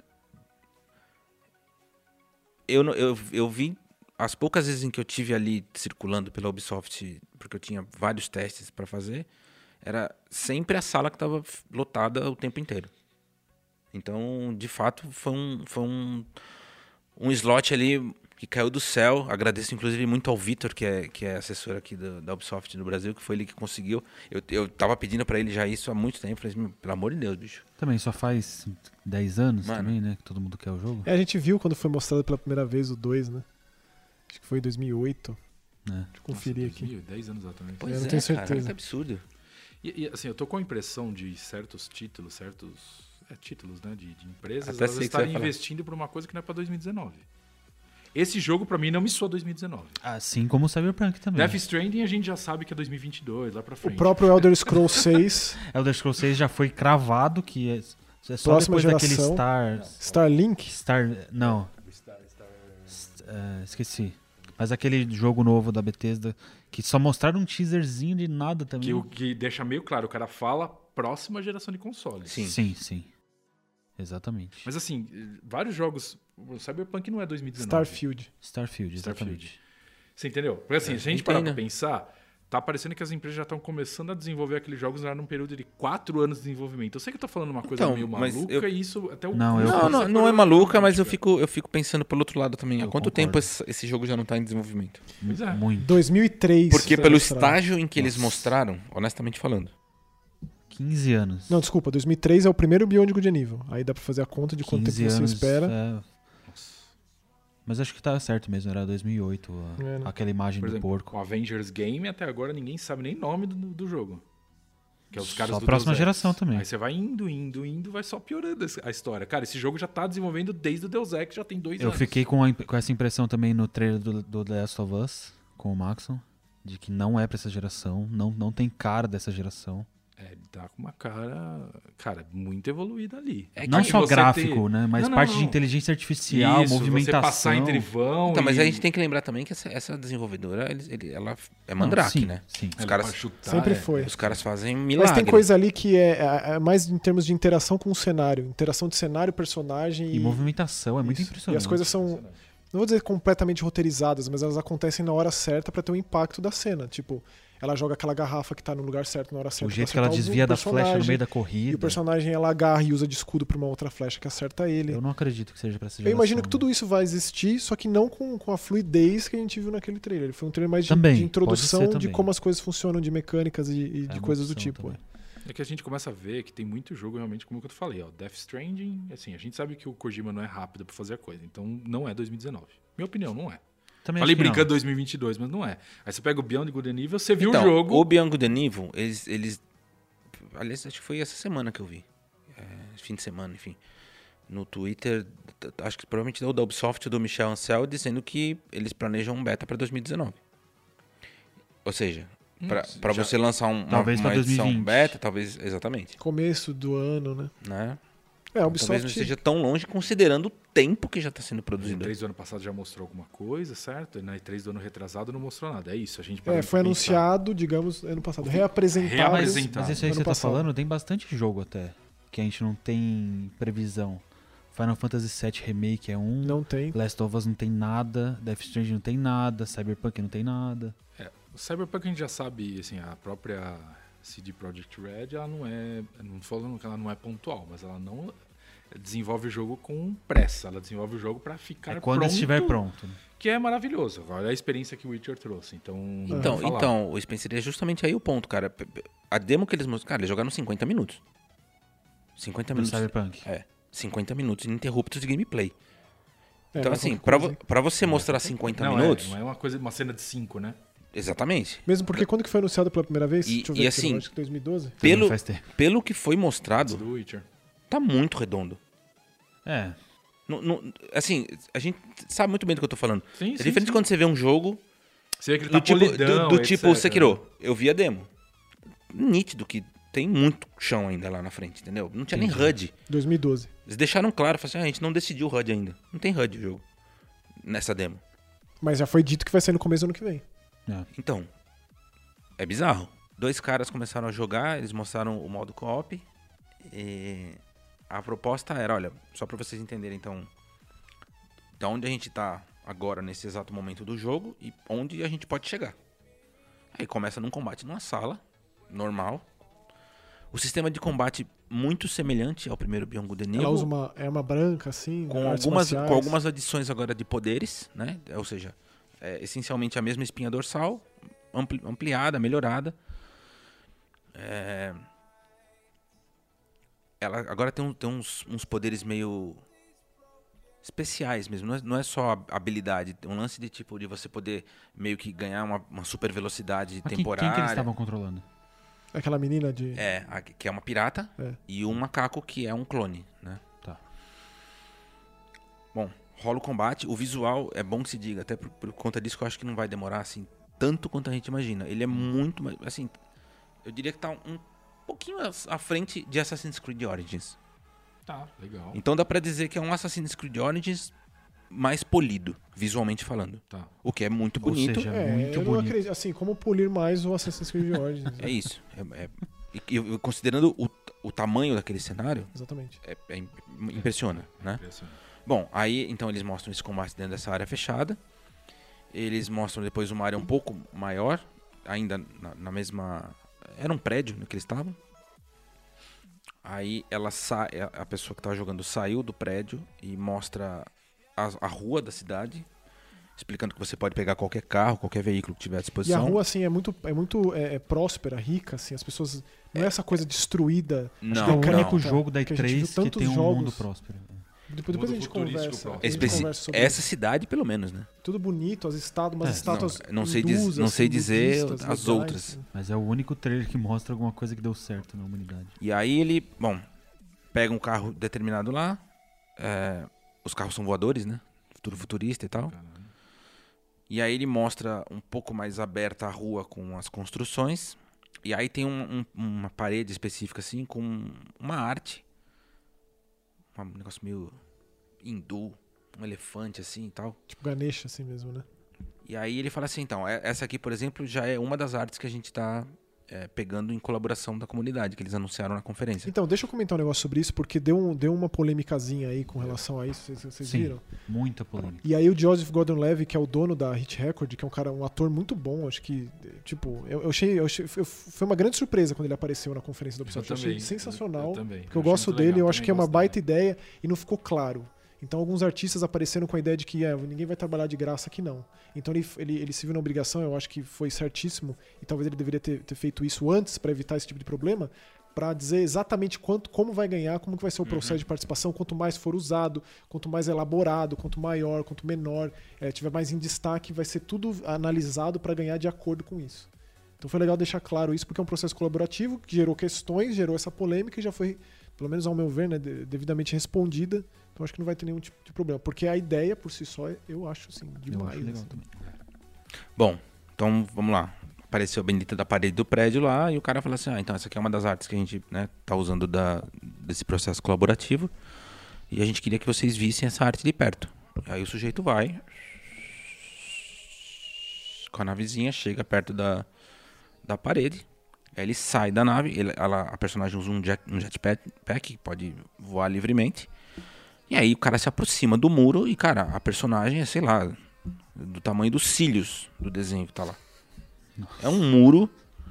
Eu, não- eu, eu vi as poucas vezes em que eu tive ali circulando pela Ubisoft, porque eu tinha vários testes para fazer, era sempre a sala que estava lotada o tempo inteiro. Então, de fato, foi um, foi um, um slot ali que caiu do céu. Agradeço, inclusive, muito ao Vitor, que é, que é assessor aqui do- da Ubisoft no Brasil, que foi ele que conseguiu. Eu, eu tava pedindo para ele já isso há muito tempo. Falei assim, pelo amor de Deus, bicho. Também só faz dez anos Mano. também, né? Que todo mundo quer o jogo. É, a gente viu quando foi mostrado pela primeira vez o dois, né? Acho que foi em dois mil e oito. É. Deixa eu conferir Nossa, aqui. dois mil, dez anos atrás. Pois não é, tenho cara, certeza. que absurdo. E, e, assim, eu tô com a impressão de certos títulos, certos é, títulos, né, de, de empresas, Até elas sei que você estarem vai falar. investindo por uma coisa que não é pra dois mil e dezenove. Esse jogo, pra mim, não me soa dois mil e dezenove. Assim como o Cyberpunk também. Death Stranding a gente já sabe que é dois mil e vinte e dois, lá pra O frente. próprio Elder Scrolls seis, Elder Scrolls seis já foi cravado, que é, é só Próxima depois daquele geração. Star... Starlink. Star... Não. S- é, esqueci. Mas aquele jogo novo da Bethesda, que só mostraram um teaserzinho de nada também. Que, o que deixa meio claro, o cara fala próxima geração de consoles. Sim. Sim, sim. Exatamente. Mas assim, vários jogos... O Cyberpunk não é dois mil e dezenove. Starfield. Starfield, exatamente. Você entendeu? Porque assim, se a gente entendo. parar pra pensar, tá parecendo que as empresas já estão começando a desenvolver aqueles jogos já num período de quatro anos de desenvolvimento. Eu sei que eu tô falando uma coisa Então, meio mas maluca eu- e isso até o... Não, eu- Não, não, não é maluca, mas eu fico, eu fico pensando pelo outro lado também. Há Eu quanto concordo. tempo esse, esse jogo já não tá em desenvolvimento? Pois é. Muito. dois mil e três. Porque foi pelo mostrado. estágio em que eles Nossa. mostraram, honestamente falando. quinze anos. Não, desculpa, dois mil e três é o primeiro Beyond Good and Evil. Aí dá pra fazer a conta de quanto tempo quinze você anos, espera. é. Nossa. Mas acho que tá certo mesmo, era dois mil e oito, a- É, né? aquela imagem Por do exemplo, porco. o Avengers Game até agora ninguém sabe nem nome do, do jogo. Que é os caras Só do a próxima Deus Ex. geração também. Aí você vai indo, indo, indo, vai só piorando esse- a história. Cara, esse jogo já tá desenvolvendo desde o Deus Ex, já tem dois Eu anos. fiquei com, a imp- com essa impressão também no trailer do, do The Last of Us, com o Maxon, de que não é pra essa geração, não, não tem cara dessa geração. É, ele tá com uma cara, cara, muito evoluída ali. É não que só você gráfico, ter- né? Mas Não, não, parte não. de inteligência artificial, Isso, movimentação. você passar entre vão Então, mas e... a gente tem que lembrar também que essa, essa desenvolvedora, eles- ele- ela é Não, mandrake, sim, né? Sim. Os Ela caras- pode chutar, Sempre é. foi. Os caras fazem Mas milagre. tem coisa ali que é, é- é mais em termos de interação com o cenário. Interação de cenário, personagem E e... movimentação, é muito Isso. impressionante. E as coisas são, não vou dizer completamente roteirizadas, mas elas acontecem na hora certa pra ter o impacto da cena. Tipo, ela joga aquela garrafa que tá no lugar certo na hora certa. O pra jeito que ela acertar o desvia da flecha no personagem, meio da E o corrida. personagem ela agarra e usa de escudo pra uma outra flecha que acerta ele. Eu não acredito que seja pra essa Eu geração. imagino que tudo isso vai existir, só que não com, com a fluidez que a gente viu naquele trailer. Foi um trailer mais de, Também, de pode introdução ser de também. como as coisas funcionam, de mecânicas e, e É de uma coisas do opção tipo. também. é. É que a gente começa a ver que tem muito jogo realmente, como eu falei, ó, Death Stranding, assim, a gente sabe que o Kojima não é rápido pra fazer a coisa, então não é dois mil e dezenove. Minha opinião, não é. Também Falei acho que não. brincando dois mil e vinte e dois, mas não é. Aí você pega o Beyond Good and Evil, você viu Então, o jogo... o Beyond Good and Evil, eles, eles... Aliás, acho que foi essa semana que eu vi. É, fim de semana, enfim. No Twitter, t- acho que provavelmente o da Ubisoft, do Michel Ancel, dizendo que eles planejam um beta pra dois mil e dezenove. Ou seja, pra, Hum, pra já- você lançar um- uma, Talvez uma pra edição dois mil e vinte. beta, talvez, exatamente. Começo do ano, né? Né? É, a Talvez não Ubisoft... esteja tão longe, considerando o tempo que já está sendo No produzido. E três do ano passado já mostrou alguma coisa, certo? E na E três do ano retrasado não mostrou nada. É isso, a gente É, para foi pensar. anunciado, digamos, ano passado. Reapresentado. Reapresentado. Mas isso aí que ano você tá passado. falando, tem bastante jogo até. Que a gente não tem previsão. Final Fantasy sete Remake é um. Não tem. Last of Us não tem nada. Death Stranding não tem nada. Cyberpunk não tem nada. O Cyberpunk a gente já sabe, assim, a própria C D Projekt Red, ela não é, não tô falando que ela não é pontual, mas ela não desenvolve o jogo com pressa, ela desenvolve o jogo pra ficar É quando pronto, estiver pronto. né? que é maravilhoso. Olha a experiência que o Witcher trouxe, então... não Então, vou falar. então, o Spencer é justamente aí o ponto, cara. P- p- A demo que eles mostraram, cara, eles jogaram cinquenta minutos. cinquenta Do minutos. Cyberpunk. É, cinquenta minutos ininterruptos de gameplay. É, Então, não é assim, qualquer pra, coisa, vo- pra você mostrar cinquenta não, minutos, É, não é uma coisa, uma cena de cinco, né? exatamente. Mesmo porque quando que foi anunciado pela primeira vez? E- Deixa eu e ver aqui, assim, eu acho que dois mil e doze. Também Pelo, faz tempo. pelo que foi Antes mostrado, do Witcher. tá muito redondo. É. Não- não- assim, a gente sabe muito bem do que eu tô falando. Sim, É sim, diferente sim. quando você vê um jogo Você vê que ele do tá tipo, polidão, do, do tipo etcétera. Sekiro. Eu vi a demo. Nítido que tem muito chão ainda lá na frente, entendeu? Não tinha nem Entendi. H U D. dois mil e doze. Eles deixaram claro, falaram assim, ah, a gente não decidiu o H U D ainda. Não tem H U D o jogo nessa demo. Mas já foi dito que vai ser no começo do ano que vem. é. Então, é bizarro. Dois caras começaram a jogar, eles mostraram o modo co-op. E a proposta era, olha, só pra vocês entenderem então, de onde a gente tá agora nesse exato momento do jogo e onde a gente pode chegar. Aí começa num combate numa sala, normal. O sistema de combate muito semelhante ao primeiro Beyond Good and Ela Evil, usa uma, é uma branca, assim, com artes algumas, marciais. com algumas adições agora de poderes, né? Ou seja, é essencialmente a mesma espinha dorsal, ampli- ampliada, melhorada. É, Ela agora tem, um- tem uns, uns poderes meio especiais mesmo. Não é, não é só a habilidade, um lance de tipo de você poder meio que ganhar uma, uma super velocidade Mas quem, quem temporária. que eles estavam controlando? Aquela menina de... É, a- que é uma pirata É. e um macaco que é um clone, né? Tá. Bom, rola o combate, o visual é bom que se diga, até por, por conta disso que eu acho que não vai demorar assim tanto quanto a gente imagina. Ele é muito, mais- assim, eu diria que tá um pouquinho à- à frente de Assassin's Creed Origins. Tá, legal. Então dá pra dizer que é um Assassin's Creed Origins mais polido, visualmente falando. Tá. O que é muito Ou bonito. seja, É, muito eu não bonito. acredito. Assim, como polir mais o Assassin's Creed Origins. É isso. É, é- e eu- eu considerando o, o tamanho daquele cenário, Exatamente. é, é im- impressiona, né? Impressionante. Bom, aí então eles mostram esse combate dentro dessa área fechada. Eles mostram depois uma área um pouco maior, ainda na, na mesma... Era um prédio no que eles estavam. Aí ela sa... a pessoa que estava jogando saiu do prédio e mostra a, a rua da cidade, explicando que você pode pegar qualquer carro, qualquer veículo que tiver à disposição. E a rua, assim, é muito, é muito é, é próspera, rica, assim, as pessoas... Não é essa coisa destruída. Não, é o não. único jogo da E Que a gente viu três que tantos tem um jogos. mundo próspero. Depois, depois a gente futurístico conversa. próximo. a gente Especi... conversa sobre Essa isso. cidade, pelo menos, né? Tudo bonito, as estátuas, umas É, estátuas não, não sei diz- hindus, não sei assim, dizer budistas, as legais, outras. assim. Mas é o único trailer que mostra alguma coisa que deu certo na humanidade. E aí ele, bom, pega um carro determinado lá. é, Os carros são voadores, né? Futuro futurista e tal. E aí ele mostra um pouco mais aberta a rua com as construções. E aí tem um, um, uma parede específica assim com uma arte. Um negócio meio hindu, um elefante assim e tal. Tipo Ganesha, assim mesmo, né? E aí ele fala assim, então, é- essa aqui, por exemplo, já é uma das artes que a gente está pegando em colaboração da comunidade, que eles anunciaram na conferência. Então, deixa eu comentar um negócio sobre isso, porque deu, um, deu uma polêmicazinha aí com relação a isso, vocês, vocês Sim. viram? Muita polêmica. E aí o Joseph Gordon-Levitt, que é o dono da Hit Record, que é um cara, um ator muito bom, acho que, tipo, eu, eu achei, eu achei foi- foi uma grande surpresa quando ele apareceu na conferência da Ubisoft. Eu achei também, sensacional, eu- eu também. porque eu Achei gosto muito dele, legal, eu acho também que é uma gosto baita dele. ideia e não ficou claro. Então alguns artistas apareceram com a ideia de que é, ninguém vai trabalhar de graça aqui não. Então ele, ele, ele se viu na obrigação, eu acho que foi certíssimo, e talvez ele deveria ter, ter feito isso antes para evitar esse tipo de problema, para dizer exatamente quanto, como vai ganhar, como que vai ser o processo de participação, quanto mais for usado, quanto mais elaborado, quanto maior, quanto menor, é, tiver mais em destaque, vai ser tudo analisado para ganhar de acordo com isso. Então foi legal deixar claro isso, porque é um processo colaborativo que gerou questões, gerou essa polêmica e já foi, pelo menos ao meu ver, né, de- devidamente respondida. Então acho que não vai ter nenhum tipo de problema. Porque a ideia, por si só, eu acho assim, Eu demais. acho legal assim. também. Bom, então vamos lá. Apareceu a bendita da parede do prédio lá e o cara falou assim, ah, então essa aqui é uma das artes que a gente, né, tá usando da, desse processo colaborativo e a gente queria que vocês vissem essa arte de perto. Aí o sujeito vai com a navezinha, chega perto da, da parede, aí ele sai da nave, ele, ela, a personagem usa um, jet, um jetpack, que pode voar livremente, e aí o cara se aproxima do muro e, cara, a personagem é, sei lá, do tamanho dos cílios do desenho que tá lá. É um muro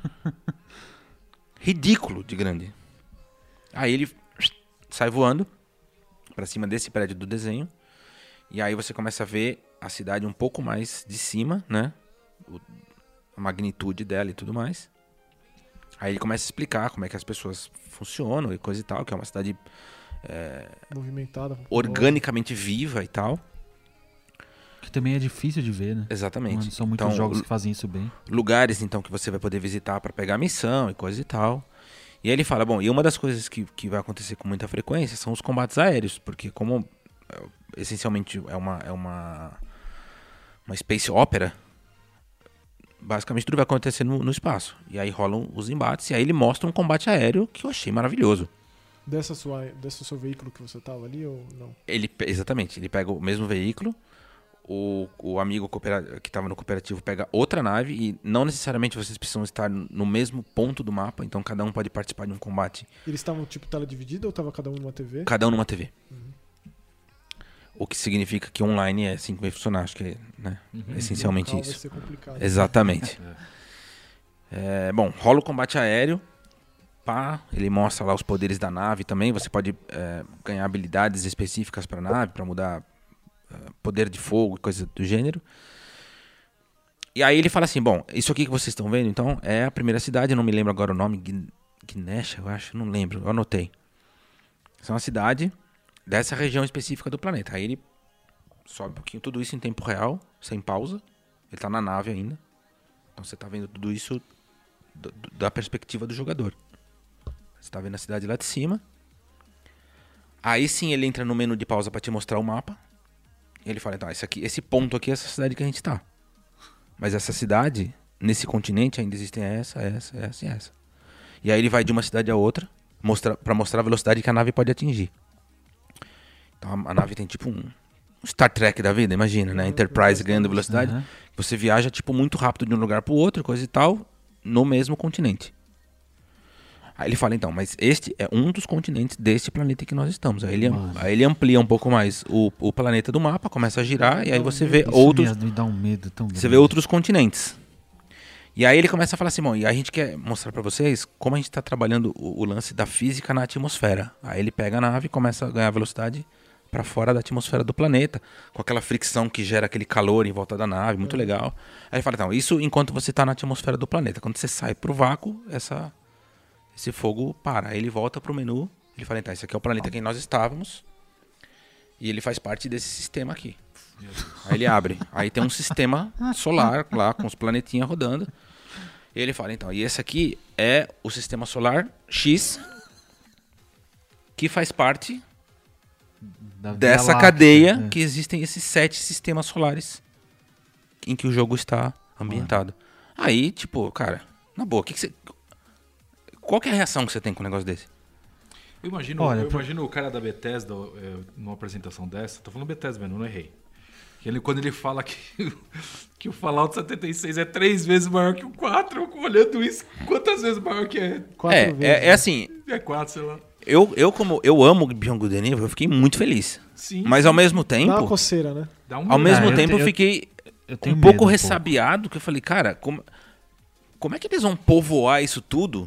ridículo de grande. Aí ele sai voando pra cima desse prédio do desenho. E aí você começa a ver a cidade um pouco mais de cima, né? O- a magnitude dela e tudo mais. Aí ele começa a explicar como é que as pessoas funcionam e coisa e tal, que é uma cidade Movimentada. organicamente viva e tal. Que também é difícil de ver, né? Exatamente. Não são muitos Então, jogos que fazem isso bem. lugares então que você vai poder visitar para pegar a missão e coisa e tal. E aí ele fala, bom, e uma das coisas que, que vai acontecer com muita frequência são os combates aéreos, porque como é, essencialmente é uma é uma uma space opera, basicamente tudo vai acontecer no, no espaço. E aí rolam os embates e aí ele mostra um combate aéreo que eu achei maravilhoso. Dessa sua, desse seu veículo que você tava ali ou não? Ele pe- exatamente, ele pega o mesmo veículo. O, o amigo coopera- que estava no cooperativo pega outra nave e não necessariamente vocês precisam estar no mesmo ponto do mapa, então cada um pode participar de um combate, Eles estavam tipo tela dividida ou tava cada um numa T V? cada um numa T V. O que significa que online é assim que vai funcionar, acho que é, né, essencialmente Local vai isso. ser complicado. Exatamente. É, bom, rola o combate aéreo, pá, ele mostra lá os poderes da nave também, você pode é, ganhar habilidades específicas para a nave, para mudar é, poder de fogo e coisa do gênero. E aí ele fala assim, bom, isso aqui que vocês estão vendo, então, é a primeira cidade, eu não me lembro agora o nome, Gin- Ginesha, eu acho, não lembro, eu anotei. Essa é uma cidade dessa região específica do planeta. Aí ele sobe um pouquinho tudo isso em tempo real, sem pausa, ele tá na nave ainda. Então você tá vendo tudo isso do- do- da perspectiva do jogador. Você tá vendo a cidade lá de cima. Aí sim ele entra no menu de pausa para te mostrar o mapa. E ele fala, então, esse, aqui, esse ponto aqui é essa cidade que a gente tá. Mas essa cidade, nesse continente, ainda existem essa, essa, essa e essa. E aí ele vai de uma cidade a outra mostra, para mostrar a velocidade que a nave pode atingir. Então a, a nave tem tipo um, um Star Trek da vida, imagina, né? Enterprise ganhando velocidade. Aham. Você viaja tipo muito rápido de um lugar pro outro, coisa e tal, no mesmo continente. Aí ele fala, então, mas este é um dos continentes desse planeta que nós estamos. Aí ele, Mano. aí ele amplia um pouco mais o, o planeta do mapa, começa a girar, e aí você vê Isso outros, me, me dá um medo tão grande. você vê outros continentes. E aí ele começa a falar assim, bom, e a gente quer mostrar pra vocês como a gente tá trabalhando o, o lance da física na atmosfera. Aí ele pega a nave e começa a ganhar velocidade pra fora da atmosfera do planeta, com aquela fricção que gera aquele calor em volta da nave, muito legal. Aí ele fala, então, isso enquanto você tá na atmosfera do planeta. Quando você sai pro vácuo, essa, esse fogo para. Aí ele volta pro menu, ele fala, então, esse aqui é o planeta que nós estávamos, e ele faz parte desse sistema aqui. Aí ele abre. Aí tem um sistema solar lá, com os planetinhas rodando. E ele fala, então, e esse aqui é o sistema solar X, que faz parte Da dessa Via Láctea, cadeia né? que existem esses sete sistemas solares em que o jogo está ambientado. Aí, tipo, cara, na boa, que que você... qual que é a reação que você tem com um negócio desse? Eu imagino, Olha, eu pro- imagino o cara da Bethesda, é, numa apresentação dessa, tô falando Bethesda, mas não errei. Que ele, quando ele fala que, que o Fallout setenta e seis é três vezes maior que o quatro, eu olhando isso, quantas vezes maior que é? Quatro É, vezes. é, é assim, É quatro, sei lá. eu, eu como eu amo Beyond Good and Evil, eu fiquei muito feliz. Sim. Mas ao mesmo Dá uma tempo, coceira, né? Dá um ao medo. mesmo Ah, eu tempo te- eu eu- fiquei Eu tenho um medo pouco pouco. ressabiado, que eu falei, cara, como, como é que eles vão povoar isso tudo?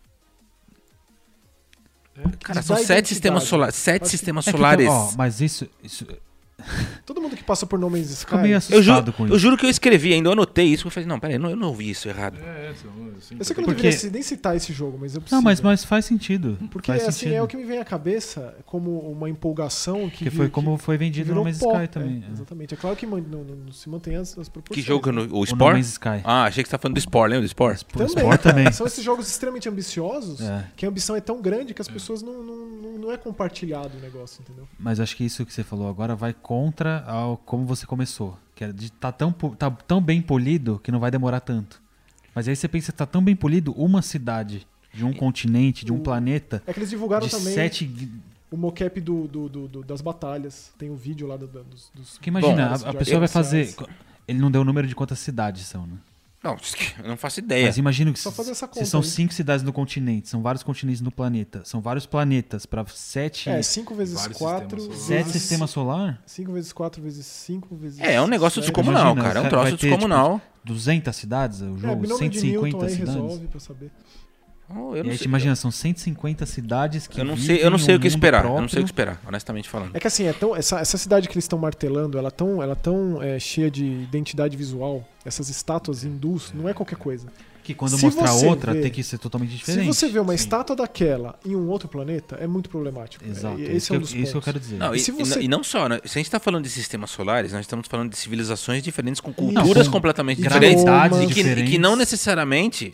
Cara, Isso são dá sete identidade. sistemas solares, sete Acho que- sistemas É que solares. tem- ó, mas isso, isso Todo mundo que passa por No Man's fica Sky... meio Eu assustado juro, com eu isso. juro que eu escrevi ainda, eu anotei isso, eu falei, não, peraí, eu não, eu não ouvi isso errado. É, são, assim, Eu sei que eu não Porque- deveria nem citar esse jogo, mas eu preciso. Não, mas, mas faz sentido. Porque faz assim, sentido. é o que me vem à cabeça como uma empolgação que... Que vi- foi como que- foi que vendido virou no Man's pó. Sky também. É, é. exatamente. É claro que man- não, não se mantém as, as proporções. Que jogo? né? No, o O No Spore? Man's Sky. Ah, achei que você tá falando do Spore, lembra do Spore? O Também, Sport também. São esses jogos extremamente ambiciosos, É. que a ambição é tão grande que as pessoas não, não, não, não é compartilhado o negócio, entendeu? Mas acho que isso que você falou agora vai contra ao como você começou. Que é de tá tão, po- tá tão bem polido que não vai demorar tanto. Mas aí você pensa que tá tão bem polido uma cidade, de um continente, de um O- planeta, É que eles divulgaram de também sete... gui- o mocap do, do, do- do- das batalhas. Tem o vídeo lá do- do- dos, dos... Porque imagina, Bom, a, a jogos pessoa vai fazer... sociais. Ele não deu o número de quantas cidades são, né? Não, eu não faço ideia. Mas imagina que Só se, fazer essa se conta são aí. cinco cidades no continente, são vários continentes no planeta, são vários planetas para sete, É, cinco vezes Vários quatro... sistemas sete vezes- sistemas solar, cinco vezes quatro vezes cinco vezes... É, é um negócio sete. descomunal, Imagina, cara. É um vai troço ter, tipo, descomunal. duzentas cidades, o É, jogo, binômio cento e de Newton cinquenta aí cidades. resolve pra saber. Oh, eu E não aí sei, te imagina, são cento e cinquenta cidades que eu não sei, vivem eu não sei um o que mundo esperar. Eu não sei próprio. o que esperar, honestamente falando. É que assim, é tão, essa, essa cidade que eles estão martelando, ela é tão, ela é tão é, cheia de identidade visual, essas estátuas hindus, não é qualquer coisa. Que quando Se mostrar você outra vê- tem que ser totalmente diferente. Se você vê uma Sim. estátua daquela em um outro planeta, é muito problemático. Exato, É, é esse isso, é um que, dos eu, isso que eu pontos. quero dizer. Não, E e, se e você- não- e não só, né? Se a gente está falando de sistemas solares, nós estamos falando de civilizações diferentes, com Isso. culturas com completamente idiomas diferentes e que, diferentes. e que não necessariamente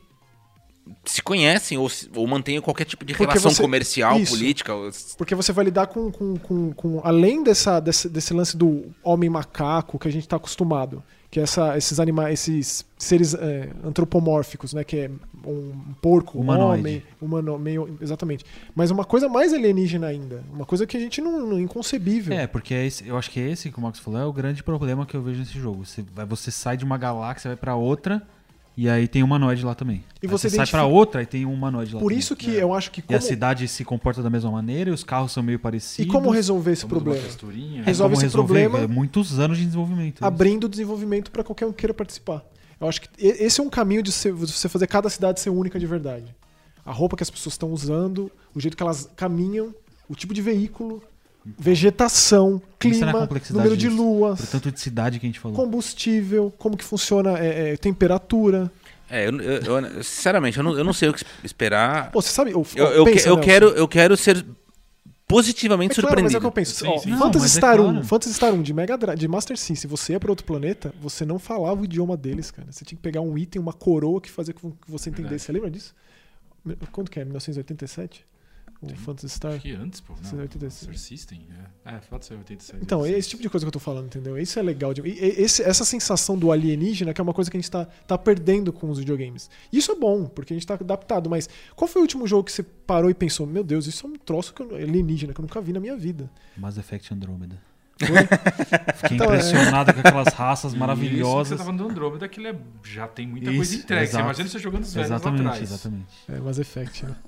se conhecem ou, se- ou mantêm qualquer tipo de Porque relação você- comercial, isso. política. ou- Porque você vai lidar com, com, com, com- além dessa, desse, desse lance do homem macaco que a gente está acostumado, que é essa, esses animais, esses seres é, antropomórficos, né, que é um porco, um Humanoide. homem, humano, meio, exatamente. Mas uma coisa mais alienígena ainda, uma coisa que a gente não, não inconcebível. É, porque é esse, eu acho que é esse que o Max falou é o grande problema que eu vejo nesse jogo. Você, vai- você sai de uma galáxia, vai pra outra, e aí tem um humanoide lá também. E Aí você você sai identifica- pra outra e tem um humanoide lá Por também. isso que eu acho que E como, a cidade se comporta da mesma maneira, e os carros são meio e parecidos. como resolver esse Vamos uma problema? texturinha. É, resolve como esse resolver, problema é muitos anos de desenvolvimento. isso. abrindo o desenvolvimento para qualquer um que queira participar. Eu acho que e- esse é um caminho de ser- você fazer cada cidade ser única de verdade. A roupa que as pessoas estão usando, o jeito que elas caminham, o tipo de veículo, vegetação, Pensa na clima, complexidade número de disso. luas, Por tanto de cidade que a gente falou. combustível, como que funciona é, é, temperatura. É, eu, eu- eu- sinceramente, eu não, eu não sei o que esperar. Pô, você sabe? Eu, Eu, eu, pensa, que- eu Nelson. quero, eu quero ser positivamente É claro, mas é o surpreendido. que eu penso. Sim, Ó, sim. Não, Phantasy mas é Star claro. um, Phantasy Star um de Mega Drive, de Master System, se você ia para outro planeta, você não falava o idioma deles, cara. Você tinha que pegar um item, uma coroa que fazia com que você entendesse. Verdade. Você lembra disso? Quanto que é? mil novecentos e oitenta e sete? O Tem- Phantasy Star? Acho que antes, pô. Isso é Não, oitenta e seis. Master System, é. É, pode ser oitenta e sete. Então, é esse tipo de coisa que eu tô falando, entendeu? Isso é legal. De... e- e- esse- essa sensação do alienígena, que é uma coisa que a gente tá, tá perdendo com os videogames. Isso é bom, porque a gente tá adaptado, mas qual foi o último jogo que você parou e pensou, meu Deus, isso é um troço que eu- alienígena que eu nunca vi na minha vida? Mass Effect Andromeda. Foi? Fiquei Então, é. impressionado com aquelas raças Isso, maravilhosas. você tava falando do Andromeda, que ele é- já tem muita Isso, coisa entregue. Você exato. imagina você jogando os velhos lá Exatamente, atrás. exatamente. É, Mass Effect, né?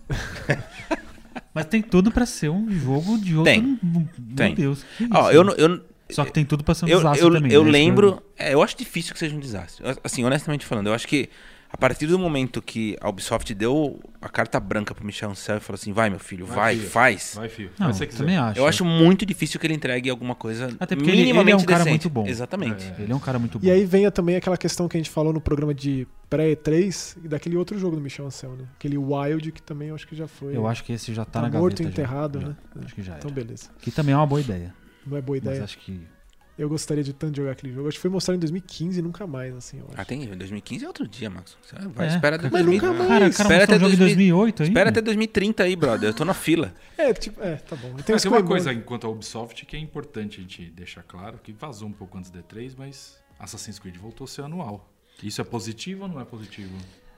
Mas tem tudo pra ser um jogo de outro. Tem. Meu Tem. Deus. que isso? Ó, eu, não- eu, Só que tem tudo pra ser um eu, desastre eu, também. eu né? lembro. É, eu acho difícil que seja um desastre. Eu- Assim, honestamente falando, eu acho que A partir do momento que a Ubisoft deu a carta branca pro Michel Ancel e falou assim, vai meu filho, vai, Vai, filho. faz. Vai, filho. Não, Faz o que você quiser. também acho. Eu acho muito difícil que ele entregue alguma coisa Até porque ele, ele é minimamente um cara decente. muito bom. Exatamente. É. Ele é um cara muito bom. E aí vem também aquela questão que a gente falou no programa de pré-E três, daquele outro jogo do Michel Ancel, né? Aquele Wild, que também eu acho que já foi. Eu acho que esse já tá, tá na morto, gaveta. enterrado, já. né? Já. Acho que já Então, era. beleza. Que também é uma boa ideia. Não é boa ideia. Mas acho que... Eu gostaria de tanto jogar aquele jogo. Acho que foi mostrado em dois mil e quinze e nunca mais, assim, eu acho. Ah, tem dois mil e quinze é outro dia, Max. Você vai, É. espera até Mas dois mil e nunca trinta. mais. Cara, o cara Espera mostrou até um jogo em dois mil dois mil e oito ainda. Espera até dois mil e trinta aí, brother. Eu tô na fila. É, tipo, é, tá bom. Tem, Mas uns tem uma comemora- coisa enquanto a Ubisoft que é importante a gente deixar claro, que vazou um pouco antes do D três, mas Assassin's Creed voltou a ser anual. Isso é positivo ou não é positivo?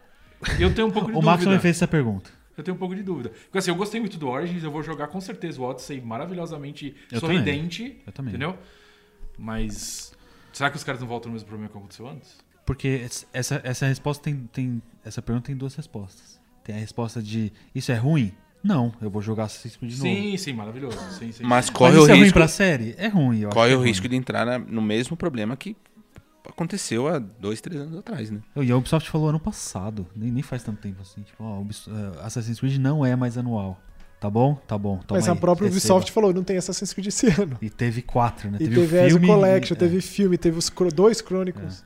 Eu tenho um pouco de O dúvida. Max me fez essa pergunta. Eu tenho um pouco de dúvida. Porque assim, eu gostei muito do Origins, eu vou jogar com certeza o Odyssey maravilhosamente Eu sorridente. Eu também. Entendeu? Mas será que os caras não voltam no mesmo problema que aconteceu antes? Porque essa, essa resposta tem, tem... Essa pergunta tem duas respostas. Tem a resposta de isso é ruim? Não, eu vou jogar Assassin's Creed de novo. Sim, sim, maravilhoso. Sim, sim, Mas sim. corre Mas o isso é ruim risco, pra série? É ruim, eu acho corre que é o ruim. risco de entrar na- no mesmo problema que aconteceu há dois, três anos atrás, né? E a Ubisoft falou ano passado, nem, nem faz tanto tempo assim. Tipo, ó, Ubis- uh, Assassin's Creed não é mais anual. Tá bom? Tá bom. Toma Mas a aí, própria receba. Ubisoft falou, não tem Assassin's Creed esse ano. E teve quatro, né? E teve teve o Ezio filme. Collection, e- teve filme, teve os cro- dois Chronicles.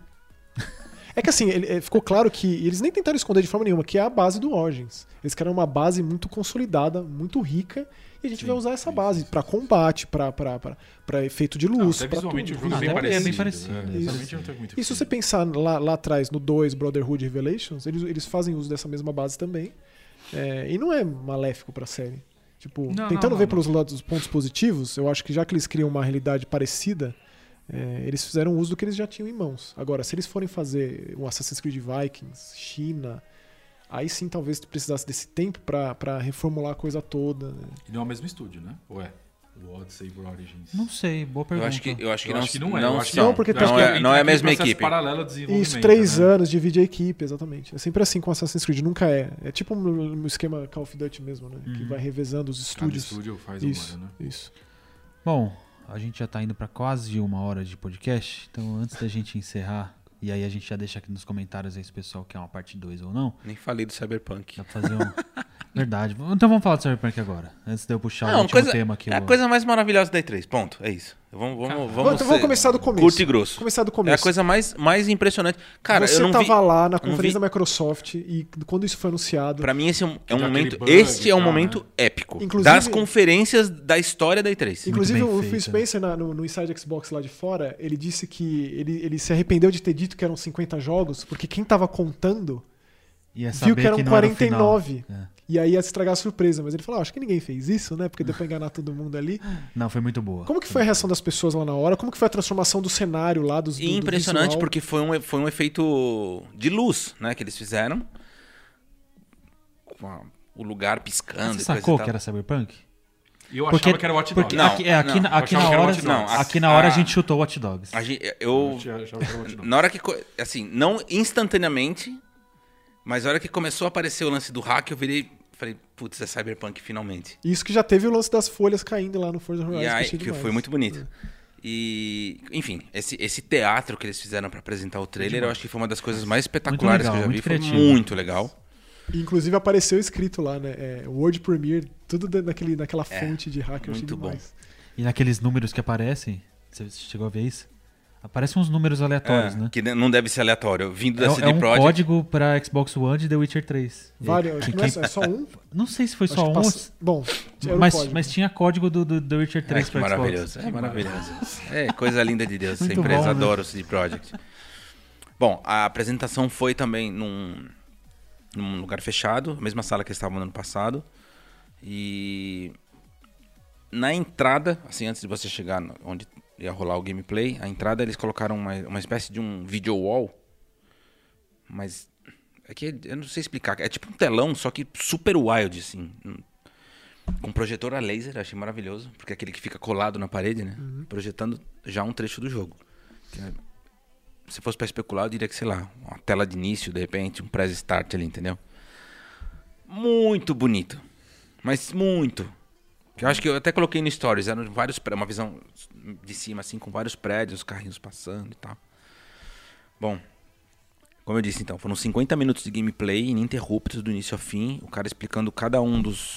É. que assim, ele- é, ficou claro que eles nem tentaram esconder de forma nenhuma, que é a base do Origins. Eles querem uma base muito consolidada, muito rica, e a gente Sim, vai usar essa sim, base sim, sim. pra combate, pra, pra, pra, pra efeito de Não, luz, até pra visualmente tudo. o jogo é bem Até parecido. é bem parecido, né? é. Visualmente Isso. não tem muito E se você pensar lá, lá atrás no dois Brotherhood Revelations, eles, eles fazem uso dessa mesma base também. É, e não é maléfico pra série. Tipo, Não, tentando não, ver não, pelos lados, os pontos positivos, eu acho que já que eles criam uma realidade parecida, é, eles fizeram uso do que eles já tinham em mãos. Agora, se eles forem fazer um Assassin's Creed Vikings, China, aí sim talvez tu precisasse desse tempo pra, pra reformular a coisa toda. Né? E não é o mesmo estúdio, né? Ou é? O Odyssey e o Origins. Não sei, boa Eu pergunta. acho que, eu acho que, Eu não, acho que não é. Não, eu acho que são. Não, porque Eu acho não, que é, entra não é a naquele mesma processo equipe. paralelo de desenvolvimento, Isso, três né? anos, divide a equipe, exatamente. É sempre assim com Assassin's Creed, nunca é. É tipo um, um esquema Call of Duty mesmo, né? Que Uhum. vai revezando os Cada estúdios. estúdio faz Isso, uma, né? isso. Bom, a gente já tá indo pra quase uma hora de podcast, então antes da gente encerrar, e aí a gente já deixa aqui nos comentários aí se o pessoal quer uma parte dois ou não, Nem falei do Cyberpunk. dá pra fazer um... Verdade. Então vamos falar do Cyberpunk agora, antes de eu puxar o Não, último coisa, tema aqui. é a o- coisa mais maravilhosa da E três. Ponto. É isso. Vamos, vamos, vamos, Vamos, então vamos ser começar do começo. curto e grosso. Começar do É a começo. coisa mais, mais impressionante. Cara, Você eu não tava vi... lá na eu não conferência vi- da Microsoft e quando isso foi anunciado, Pra mim, esse é um, é um dá momento. aquele bug Este e é um tal, momento né? épico. Inclusive- das conferências da história da E três. inclusive bem o Phil feito, né? Spencer na- no, no Inside Xbox lá de fora, ele disse que ele, ele se arrependeu de ter dito que eram cinquenta jogos, porque quem tava contando Ia viu saber que eram não era o quarenta e final. nove. É. E aí ia estragar a surpresa. Mas ele falou, ah, acho que ninguém fez isso, né? Porque deu pra enganar todo mundo ali. Não, foi muito boa. Como que foi a reação das pessoas lá na hora? Como que foi a transformação do cenário lá, dos, do, E do impressionante visual? porque foi um, foi um efeito de luz, né, que eles fizeram. Com a- o lugar piscando. Você e coisa sacou e tal. que era Cyberpunk? E eu Porque- achava que era Watch Porque Dogs. Não, aqui, é, aqui, não, na- eu aqui na achava que era hora, Watch Dogs. aqui na hora a A- gente chutou Watch Dogs. A gente- Eu eu, achava que era Watch Dogs. na hora que, co- assim, não instantaneamente, mas na hora que começou a aparecer o lance do hack, eu virei, falei, putz, é Cyberpunk finalmente. Isso que já teve o lance das folhas caindo lá no Forza Horizon. E aí, achei que demais. foi muito bonito. E, enfim, esse, esse teatro que eles fizeram pra apresentar o trailer, eu acho que foi uma das coisas mais espetaculares legal, que eu já vi. muito Foi criativo. muito legal. E, inclusive apareceu escrito lá, né? É, World Premiere, tudo de- naquele, naquela É, fonte de hack, eu achei muito bom. demais. E naqueles números que aparecem, você chegou a ver isso? Aparecem uns números aleatórios, É, né? Que não deve ser aleatório. Vindo É, da é C D um Projekt. código pra Xbox One de The Witcher três. E- Vários, acho que não é, quem- só- é só um? Não sei se foi Acho só que um, passa- Bom, era o mas, código. mas tinha código do, do The Witcher É, três que pra Xbox. maravilhoso. É maravilhoso. É coisa linda de Deus. Essa Muito empresa bom, né? adora o C D Projekt. Bom, a apresentação foi também num, num lugar fechado, mesma sala que eles estavam no ano passado. E na entrada, assim, antes de você chegar no- onde ia rolar o gameplay, a entrada eles colocaram uma, uma espécie de um video wall. Mas é que eu não sei explicar. É tipo um telão, só que super wild, assim. Com projetor a laser, achei maravilhoso. Porque é aquele que fica colado na parede, né? Projetando já um trecho do jogo. Que, né, se fosse pra especular, eu diria que, sei lá, uma tela de início, de repente, um press start ali, entendeu? Muito bonito. Mas muito. Eu acho que eu até coloquei no Stories, eram vários pré- uma visão de cima, assim, com vários prédios, os carrinhos passando e tal. Bom, Como eu disse, então, foram cinquenta minutos de gameplay ininterruptos do início ao fim, o cara explicando cada um dos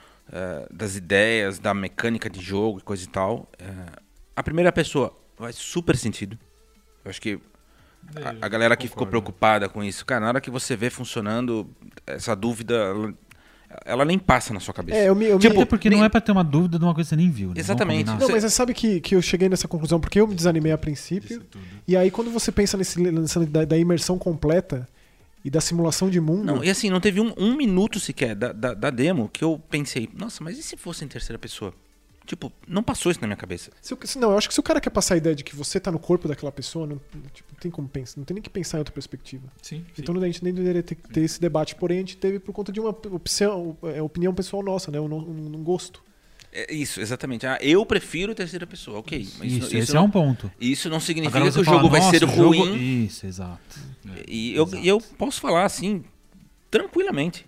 uh, das ideias, da mecânica de jogo e coisa e tal. Uh, a primeira pessoa faz super sentido. Eu acho que a, a galera que ficou preocupada com isso, cara, na hora que você vê funcionando, essa dúvida, ela, ela nem passa na sua cabeça. É, eu me, eu Tipo, me... porque nem... não é pra ter uma dúvida de uma coisa que você nem viu, né? Exatamente. Não, mas você sabe que, que eu cheguei nessa conclusão porque eu me desanimei a princípio. E aí quando você pensa nesse nessa, da, da imersão completa e da simulação de mundo... Não, e assim, não teve um, um minuto sequer da, da, da demo que eu pensei, nossa, mas e se fosse em terceira pessoa? Tipo, não passou isso na minha cabeça. Se, se, não, eu acho que se o cara quer passar a ideia de que você tá no corpo daquela pessoa, não, tipo, tem como pensar, não tem nem que pensar em outra perspectiva. Sim, sim. Então a gente nem deveria ter, ter esse debate, porém a gente teve por conta de uma opção, é, opinião pessoal nossa, né? Um, um, um gosto. É isso, exatamente. Ah, eu prefiro terceira pessoa, ok. Mas Isso, isso, esse não, é um ponto. Isso não significa Agora que você o fala, jogo vai "Nossa, ser o jogo-" ruim. Isso, exato. É, E eu, e eu posso falar assim, tranquilamente.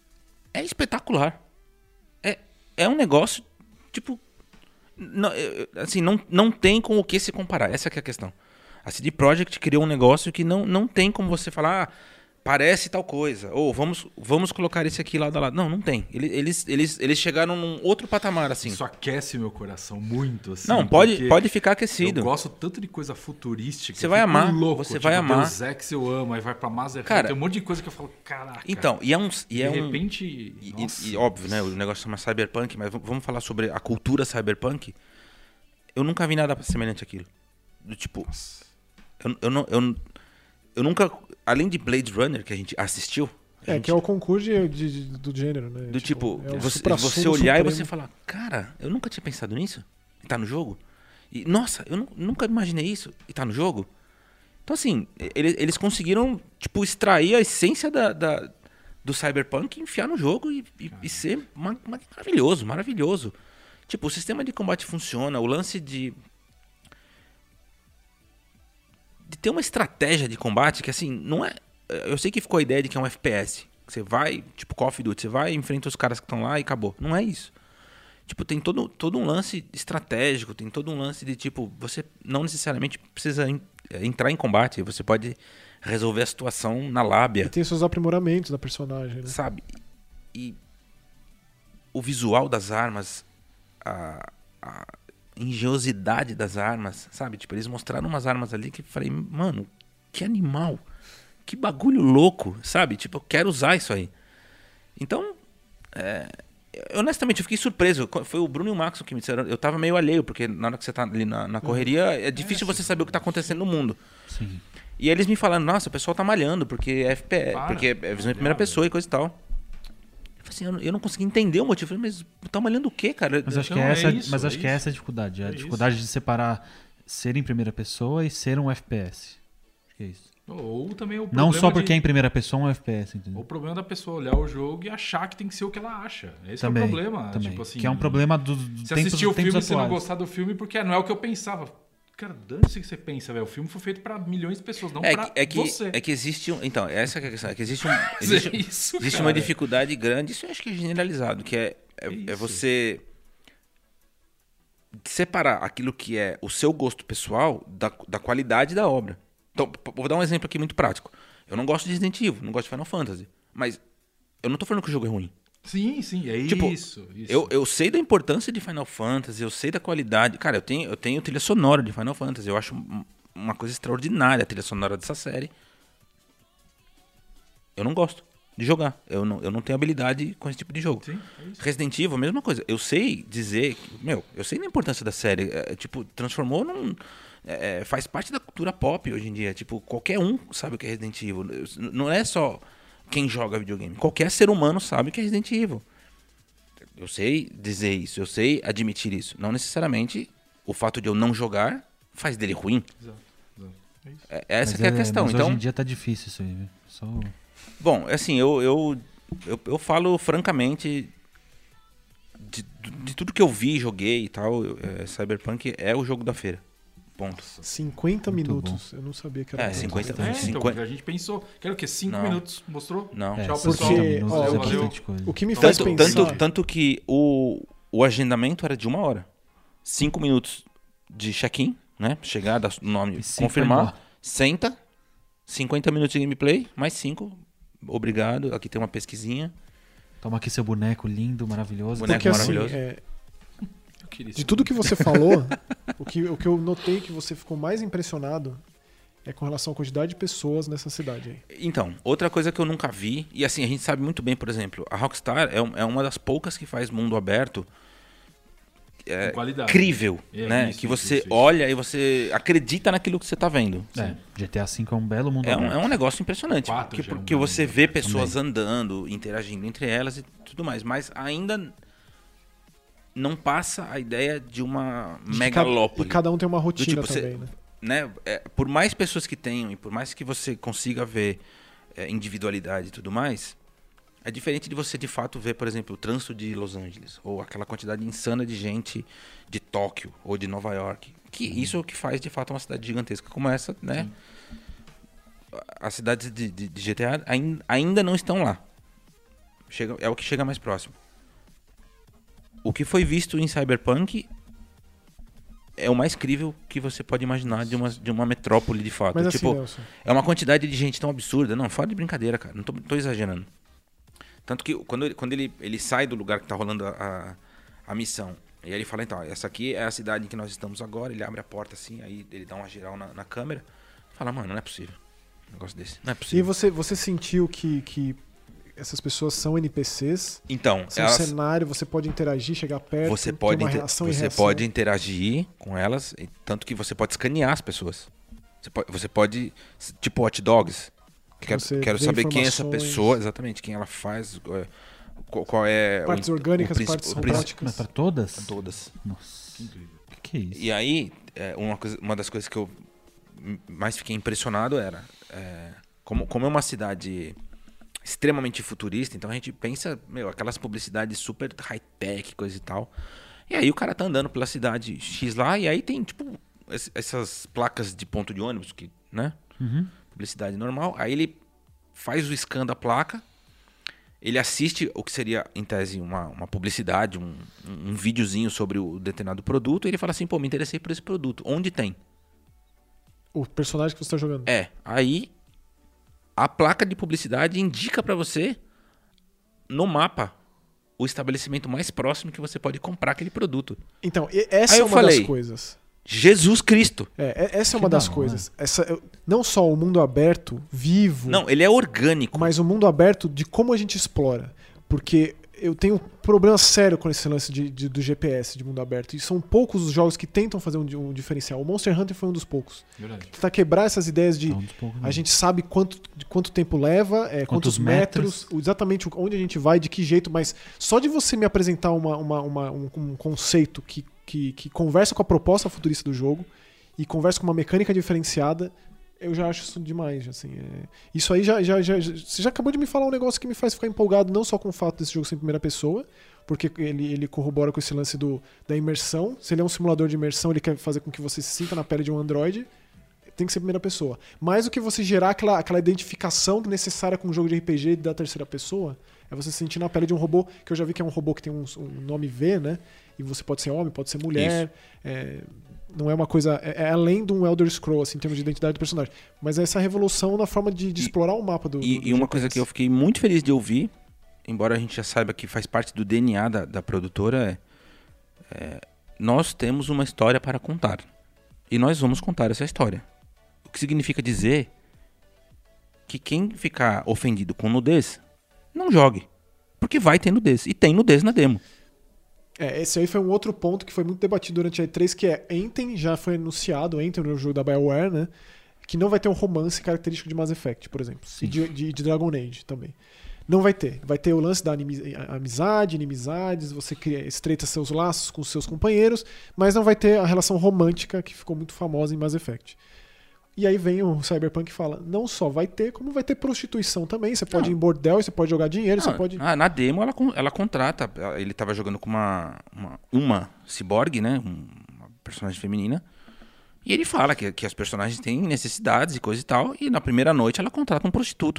É espetacular. É, é um negócio, tipo... Não, assim, não, não tem com o que se comparar. Essa que é a questão. A C D Projekt criou um negócio que não, não tem como você falar, ah, parece tal coisa, ou vamos, vamos colocar esse aqui lado a lado. Não, não tem. Eles, eles, eles chegaram num outro patamar, assim. Isso aquece meu coração muito, assim. Não, pode, pode ficar aquecido. Eu gosto tanto de coisa futurística. Você vai amar, louco. você tipo, vai amar. Deus Ex eu amo, aí vai pra Mass Effect. Cara, tem um monte de coisa que eu falo, caraca. Então, e é um... E é de um, repente... E, nossa, e, e óbvio, né? O negócio chama Cyberpunk, mas vamos falar sobre a cultura Cyberpunk. Eu nunca vi nada semelhante àquilo. Do tipo... Eu, eu, não, eu, eu nunca... Além de Blade Runner, que a gente assistiu... A É, gente, que é o concurso de, de, do gênero, né? do tipo, é o você, suprassumo você olhar supremo. e você falar, cara, eu nunca tinha pensado nisso. E tá no jogo. E, nossa, eu nu- nunca imaginei isso. E tá no jogo. Então, assim, eles, eles conseguiram, tipo, extrair a essência da, da, do Cyberpunk, enfiar no jogo e, e, e ser ma- ma- maravilhoso, maravilhoso. Tipo, o sistema de combate funciona, o lance de... de ter uma estratégia de combate que, assim, não é... Eu sei que ficou a ideia de que é um F P S. Você vai, tipo Call of Duty, você vai, enfrenta os caras que estão lá e acabou. Não é isso. Tipo, tem todo, todo um lance estratégico, tem todo um lance de, tipo, você não necessariamente precisa en- entrar em combate, você pode resolver a situação na lábia. E tem seus aprimoramentos da personagem, né? Sabe? E o visual das armas, a, a engenhosidade das armas, sabe? Tipo, eles mostraram umas armas ali que eu falei, mano, que animal, que bagulho louco, sabe? Tipo, eu quero usar isso aí. Então, é, honestamente, eu fiquei surpreso. Foi o Bruno e o Max que me disseram. Eu tava meio alheio, porque na hora que você tá ali na, na correria, é difícil você saber o que tá acontecendo no mundo. Sim. E eles me falando, nossa, o pessoal tá malhando, porque é F P S, Para. porque é visão em primeira pessoa e coisa e tal. Eu falei assim, eu não, eu não consegui entender o motivo. Eu falei, mas tá malhando o quê, cara? Mas acho que, Não, é é essa, isso, mas é acho que é isso. essa a dificuldade. A É dificuldade de separar ser em primeira pessoa e ser um F P S. Acho que é isso. Ou também o Não problema só porque de... é em primeira pessoa um F P S, entendeu? O problema da pessoa olhar o jogo e achar que tem que ser o que ela acha. Esse Também, é o problema. também. Tipo assim, que é um problema do, do Você tempos, assistiu o tempos filme e você não atuais. gostar do filme porque não é o que eu pensava. Cara, dane-se o que você pensa, velho. O filme foi feito pra milhões de pessoas, não É pra que, é, que, você. é que existe um. Então, essa que é a questão. É que existe um. Mas Existe, é isso, existe cara. uma dificuldade grande, isso eu acho que é generalizado, que é, é, É é isso. você separar aquilo que é o seu gosto pessoal da, da qualidade da obra. Então, p- vou dar um exemplo aqui muito prático. Eu não gosto de Resident Evil, não gosto de Final Fantasy. Mas eu não tô falando que o jogo é ruim. Sim, sim, é Tipo, isso. isso. Eu, eu sei da importância de Final Fantasy, eu sei da qualidade. Cara, eu tenho, eu tenho trilha sonora de Final Fantasy. Eu acho um- uma coisa extraordinária a trilha sonora dessa série. Eu não gosto de jogar. Eu não, eu não tenho habilidade com esse tipo de jogo. Sim, é isso. Resident Evil, a mesma coisa. Eu sei dizer... que- Meu, eu sei da importância da série. É, tipo, transformou num... é, faz parte da cultura pop hoje em dia. Tipo, qualquer um sabe o que é Resident Evil. Não é só quem joga videogame. Qualquer ser humano sabe o que é Resident Evil. Eu sei dizer isso. Eu sei admitir isso. Não necessariamente o fato de eu não jogar faz dele ruim. Exato, exato. É isso. É- Essa Mas que é a é- questão. Mas Então, hoje em dia tá difícil isso aí, viu? Só... bom, assim, eu, eu, eu, eu falo francamente de, de tudo que eu vi, joguei e tal. eu- é, Cyberpunk é o jogo da feira. Ponto. cinquenta Muito minutos. Eu não sabia que era É, tanto. cinquenta É, então, cinquenta a gente pensou. Quero o quê? Cinco Não. minutos? Mostrou? Não. É, Tchau, sessenta pessoal. ó, minutos é Valeu. bastante coisa. O que me Então, faz Tanto, pensar... tanto, tanto que o, o agendamento era de uma hora. Cinco minutos de check-in, né? Chegar, dar o nome, E cinco vai confirmar, embora. senta cinquenta minutos de gameplay, mais cinco. Obrigado. Aqui tem uma pesquisinha. Toma aqui seu boneco lindo, maravilhoso. Boneco Porque, assim, maravilhoso. é, Eu queria de tudo que você falou, o, que, o que eu notei que você ficou mais impressionado é com relação à quantidade de pessoas nessa cidade aí. Então, outra coisa que eu nunca vi, e assim, a gente sabe muito bem, por exemplo, a Rockstar é, um- é uma das poucas que faz mundo aberto é, Com qualidade. incrível, É, né? isso, que isso, você isso, isso. olha e você acredita naquilo que você tá vendo. É, G T A cinco é um belo mundo É um, aberto. é um negócio impressionante. Quatro Porque, já é um porque belo você mundo vê aberto pessoas andando, interagindo entre elas e tudo mais. Mas ainda não passa a ideia de uma De megalópole. E cada um tem uma rotina tipo, você- também, né? Né? É, por mais pessoas que tenham e por mais que você consiga ver é, individualidade e tudo mais, é diferente de você de fato ver, por exemplo, o trânsito de Los Angeles ou aquela quantidade insana de gente de Tóquio ou de Nova York. Que isso é o que faz de fato uma cidade gigantesca como essa, né? As cidades de, de- de G T A ain- ainda não estão lá. Chega, é o que chega mais próximo. O que foi visto em Cyberpunk é o mais crível que você pode imaginar de uma, de uma metrópole de fato. Mas assim, tipo, Nelson, é uma quantidade de gente tão absurda. Não, fora de brincadeira, cara. Não tô, tô exagerando. Tanto que quando, ele, quando ele, ele sai do lugar que tá rolando a, a, a missão, e aí ele fala, então, essa aqui é a cidade em que nós estamos agora, ele abre a porta assim, aí ele dá uma geral na, na câmera, fala, mano, não é possível. Um negócio desse. Não é e possível. você, você sentiu que, que essas pessoas são N P Cs? Então, São elas, cenário, você pode interagir, chegar perto, você ter pode, uma inter- reação e você reação. pode interagir com elas, e tanto que você pode escanear as pessoas. Você pode, você pode tipo Hot Dogs. Quero, Você quero vê saber quem é essa informações. pessoa, exatamente, quem ela faz, é, qual, qual é Partes o, orgânicas, o princi- partes o princi- robóticas. Mas pra todas? todas. Nossa. Incrível. O que, que é isso? E aí, é, uma, coisa- uma das coisas que eu m- mais fiquei impressionado era é, como, como é uma cidade extremamente futurista, então a gente pensa, meu, aquelas publicidades super high-tech, coisa e tal. E aí o cara tá andando pela cidade X lá, e aí tem, tipo, es- essas placas de ponto de ônibus, que, né? Uhum. Publicidade normal. Aí ele faz o scan da placa, ele assiste o que seria, em tese, uma, uma publicidade, um, um, um videozinho sobre o determinado produto, e ele fala assim, pô, me interessei por esse produto. Onde tem? O personagem que você está jogando. É, aí a placa de publicidade indica pra você, no mapa, o estabelecimento mais próximo que você pode comprar aquele produto. Então, e- essa Aí é eu uma falei, das coisas. Jesus Cristo! É, é- essa é Que uma das da hora. coisas. Essa, eu- não só o mundo aberto, vivo, Não, ele é orgânico. mas o mundo aberto de como a gente explora. Porque eu tenho um problema sério com esse lance de, de- do G P S, de mundo aberto. E são poucos os jogos que tentam fazer um, di- um diferencial. O Monster Hunter foi um dos poucos. Verdade. Tentar quebrar essas ideias de É um dos poucos a mesmo. gente sabe quanto, de quanto tempo leva, é, quantos, Quantos metros, exatamente onde a gente vai, de que jeito, mas só de você me apresentar uma, uma- uma- um, um conceito que, que, que conversa com a proposta futurista do jogo e conversa com uma mecânica diferenciada, eu já acho isso demais. Assim, é- isso aí já, já, já, já- Você já acabou de me falar um negócio que me faz ficar empolgado, não só com o fato desse jogo ser em primeira pessoa, porque ele, ele corrobora com esse lance do, da imersão. Se ele é um simulador de imersão, ele quer fazer com que você se sinta na pele de um Android. Tem que ser primeira pessoa. Mais do que você gerar aquela, aquela identificação necessária com um jogo de R P G da terceira pessoa, é você se sentir na pele de um robô, que eu já vi que é um robô que tem um, um nome V, né? E você pode ser homem, pode ser mulher. É, não é uma coisa... É, é além de um Elder Scroll, assim, em termos de identidade do personagem. Mas é essa revolução na forma de, de E- explorar o mapa do, E, do, do e uma G P S. coisa que eu fiquei muito feliz de ouvir, embora a gente já saiba que faz parte do D N A da, da produtora, é, é, nós temos uma história para contar. E nós vamos contar essa história. O que significa dizer que quem ficar ofendido com nudez, não jogue. Porque vai ter nudez. E tem nudez na demo. É, esse aí foi um outro ponto que foi muito debatido durante a E três, que é Enten, já foi anunciado, Enten no jogo da BioWare, né? Que não vai ter um romance característico de Mass Effect, por exemplo. E de, de, de Dragon Age também. Não vai ter. Vai ter o lance da animi- a- amizade, inimizades, você cria, estreita seus laços com seus companheiros, mas não vai ter a relação romântica que ficou muito famosa em Mass Effect. E aí vem o Cyberpunk e fala, não só vai ter, como vai ter prostituição também. Você pode Não. ir em bordel, você pode jogar dinheiro, você Não, pode... ah, na demo ela, con- ela contrata. Ele tava jogando com uma, uma, uma ciborgue, né? Um- uma personagem feminina. E ele fala que, que as personagens têm necessidades e coisa e tal. E na primeira noite ela contrata um prostituto.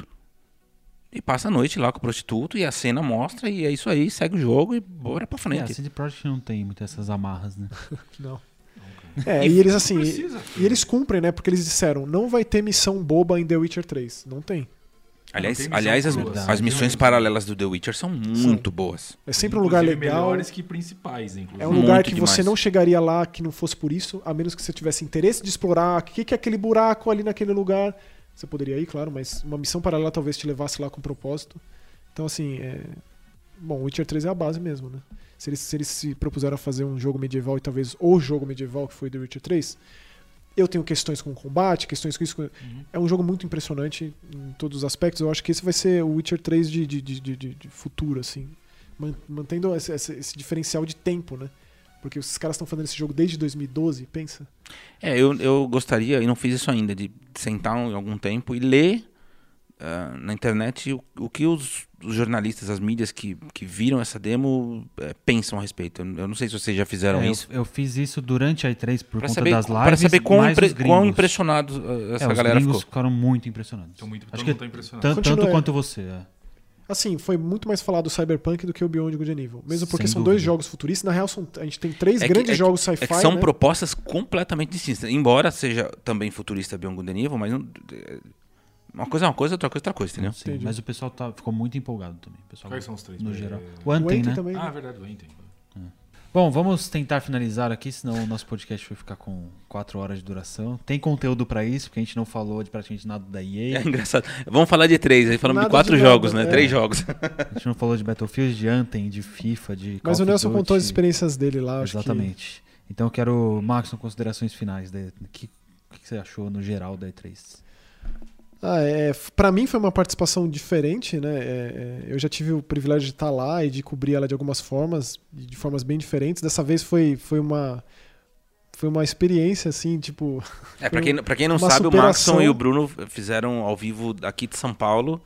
E passa a noite lá com o prostituto e a cena mostra. E é isso aí, segue o jogo e bora pra É, a frente. C D Projekt não tem muitas essas amarras, né? Não. É, e eles assim, precisa, e eles cumprem, né? Porque eles disseram, não vai ter missão boba em The Witcher três. Não tem. Aliás, Não tem missão aliás as, crua, as assim. missões paralelas do The Witcher são muito boas. É sempre um lugar Inclusive, legal. melhores que principais, inclusive. É um lugar Muito que demais. você não chegaria lá que não fosse por isso, a menos que você tivesse interesse de explorar o que, que é aquele buraco ali naquele lugar. Você poderia ir, claro, mas uma missão paralela talvez te levasse lá com propósito. Então, assim, é... bom, Witcher três é a base mesmo, né? Se eles, se eles se propuseram a fazer um jogo medieval e talvez o jogo medieval que foi The Witcher três, eu tenho questões com combate, questões com isso. Uhum. É um jogo muito impressionante em todos os aspectos. Eu acho que esse vai ser o Witcher três de, de, de, de, de futuro, assim. Mantendo esse, esse, esse diferencial de tempo, né? Porque esses caras estão fazendo esse jogo desde dois mil e doze, pensa. É, eu, eu gostaria, e não fiz isso ainda, de sentar em algum tempo e ler uh, na internet o, o que os, os jornalistas, as mídias que, que viram essa demo uh, pensam a respeito. Eu, eu não sei se vocês já fizeram É, isso. Eu, eu fiz isso durante a E três por Pra conta saber, das lives. pra saber quão, mais impre, os quão gringos. impressionados uh, essa é, galera os gringos ficou. ficaram muito impressionados. Tô muito, Acho todo que mundo tá impressionado. Tanto, Continua, tanto é. quanto você. É. Assim, foi muito mais falado do Cyberpunk do que o Beyond Good and Evil. Mesmo porque Sem são dúvida. dois jogos futuristas. Na real, são, a gente tem três É que- grandes é que- jogos É sci-fi, que são né? propostas completamente distintas. Embora seja também futurista Beyond Good and Evil, mas não, é, uma coisa é uma coisa, outra coisa é outra coisa, entendeu? Sim, Entendi. mas o pessoal tá, ficou muito empolgado também. O pessoal Quais são os três? No É, geral. O O Anthem, Anthem né? também. Ah, verdade, o Anthem. Bom, vamos tentar finalizar aqui, senão o nosso podcast vai ficar com quatro horas de duração. Tem conteúdo pra isso, porque a gente não falou de praticamente nada da E A. É engraçado. Vamos falar de três, aí falamos Nada de quatro de jogos, nada, né? é. Três jogos. A gente não falou de Battlefield, de Anthem, de FIFA, de Call Mas o of Nelson Duty. contou as experiências dele lá. Acho Exatamente. Então eu quero, Max, considerações finais. O que, que você achou no geral da E três? Ah, é, pra mim foi uma participação diferente, né? É, é, eu já tive o privilégio de estar lá e de cobrir ela de algumas formas, de formas bem diferentes. Dessa vez foi, foi uma foi uma experiência assim, tipo. É, pra quem, pra quem não uma sabe, superação. o Maxon e o Bruno fizeram ao vivo aqui de São Paulo,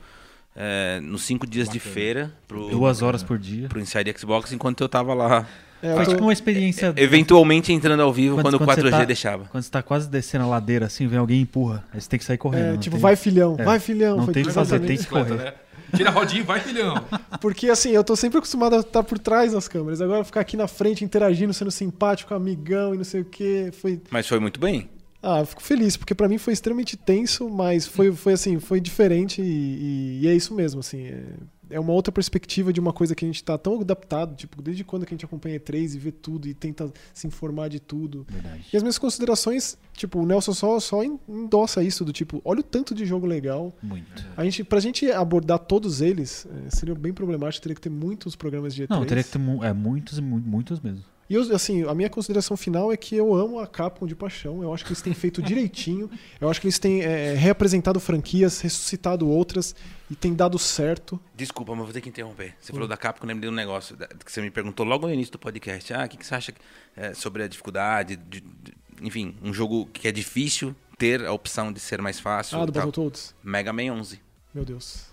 é, nos cinco dias de Bacana. feira, pro, Duas horas por dia. pro Inside Xbox, enquanto eu tava lá, É, eu Foi tô- tipo uma experiência... eventualmente entrando ao vivo Quando- quando, o quando quatro G você tá- deixava. Quando você tá quase descendo a ladeira, assim, vem alguém e empurra. Aí você tem que sair correndo. é, não tipo, tem- vai filhão, É. vai filhão. Não Foi tem o que fazer, exatamente tem que correr. Né? Tira a rodinha e vai, filhão. Porque assim, eu tô sempre acostumado a estar por trás das câmeras. Agora ficar aqui na frente interagindo, sendo simpático, amigão e não sei o que, foi. Mas foi muito bem. Ah, eu fico feliz, porque pra mim foi extremamente tenso, mas foi, foi assim, foi diferente e, e- e é isso mesmo, assim. É, é uma outra perspectiva de uma coisa que a gente tá tão adaptado, tipo, desde quando que a gente acompanha E três e vê tudo e tenta se informar de tudo. Verdade. E as minhas considerações, tipo, o Nelson só, só endossa isso, do tipo, olha o tanto de jogo legal. Muito. A gente, pra gente abordar todos eles, é, seria bem problemático, teria que ter muitos programas de E três. Não, teria que ter mu- é, muitos, e mu- muitos mesmo. E eu, assim, a minha consideração final é que eu amo a Capcom de paixão. Eu acho que eles têm feito direitinho. Eu acho que eles têm é, reapresentado franquias, ressuscitado outras e tem dado certo. Desculpa, mas vou ter que interromper. Você falou da Capcom, eu lembrei de um negócio da- que você me perguntou logo no início do podcast. Ah, o que, que você acha é, sobre a dificuldade? De, de- enfim, um jogo que é difícil ter a opção de ser mais fácil. Ah, e do tal. Battletoads? Mega Man onze. Meu Deus.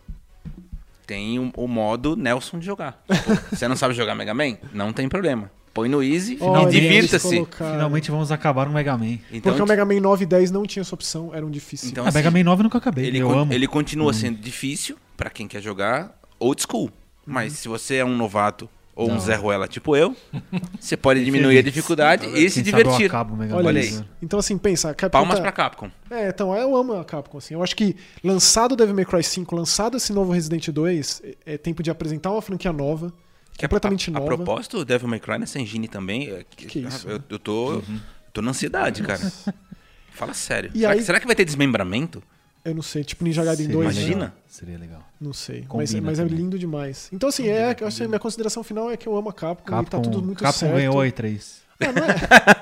Tem o, o modo Nelson de jogar. Tipo, você não sabe jogar Mega Man? Não tem problema. Põe no Easy Olha, e divirta-se. eles colocaram- Finalmente vamos acabar no Mega Man. Então, Porque o Mega Man nove e dez não tinha essa opção, eram difíceis. Então, a Mega assim, Man nove eu nunca acabei, ele, eu con- amo. ele continua sendo difícil pra quem quer jogar old school. Mas se você é um novato ou um Não. Zé Ruela tipo eu, você pode diminuir a dificuldade e se Quem sabe eu divertir. acabo o Mega Olha Man Olha isso. agora. Então, assim, pensa. A Capcom Palmas tá- pra Capcom. É, então, eu amo a Capcom, assim. Eu acho que lançado o Devil May Cry cinco, lançado esse novo Resident dois, é, é tempo de apresentar uma franquia nova, Que a- completamente a, nova. A propósito, o Devil May Cry nessa engine também. é Que que é isso? Eu, eu tô, eu tô na ansiedade, cara. Fala sério. E Será, aí- que, será que vai ter desmembramento? Eu não sei, tipo Ninja Gaiden Seria dois. né? imagina. legal. Seria legal. Não sei. Mas, Combina mas é também. lindo demais. Então, assim, é, eu acho que a minha consideração final é que eu amo a Capcom, e Capcom, tá tudo muito Capcom certo. ganhou a E três. É, não é?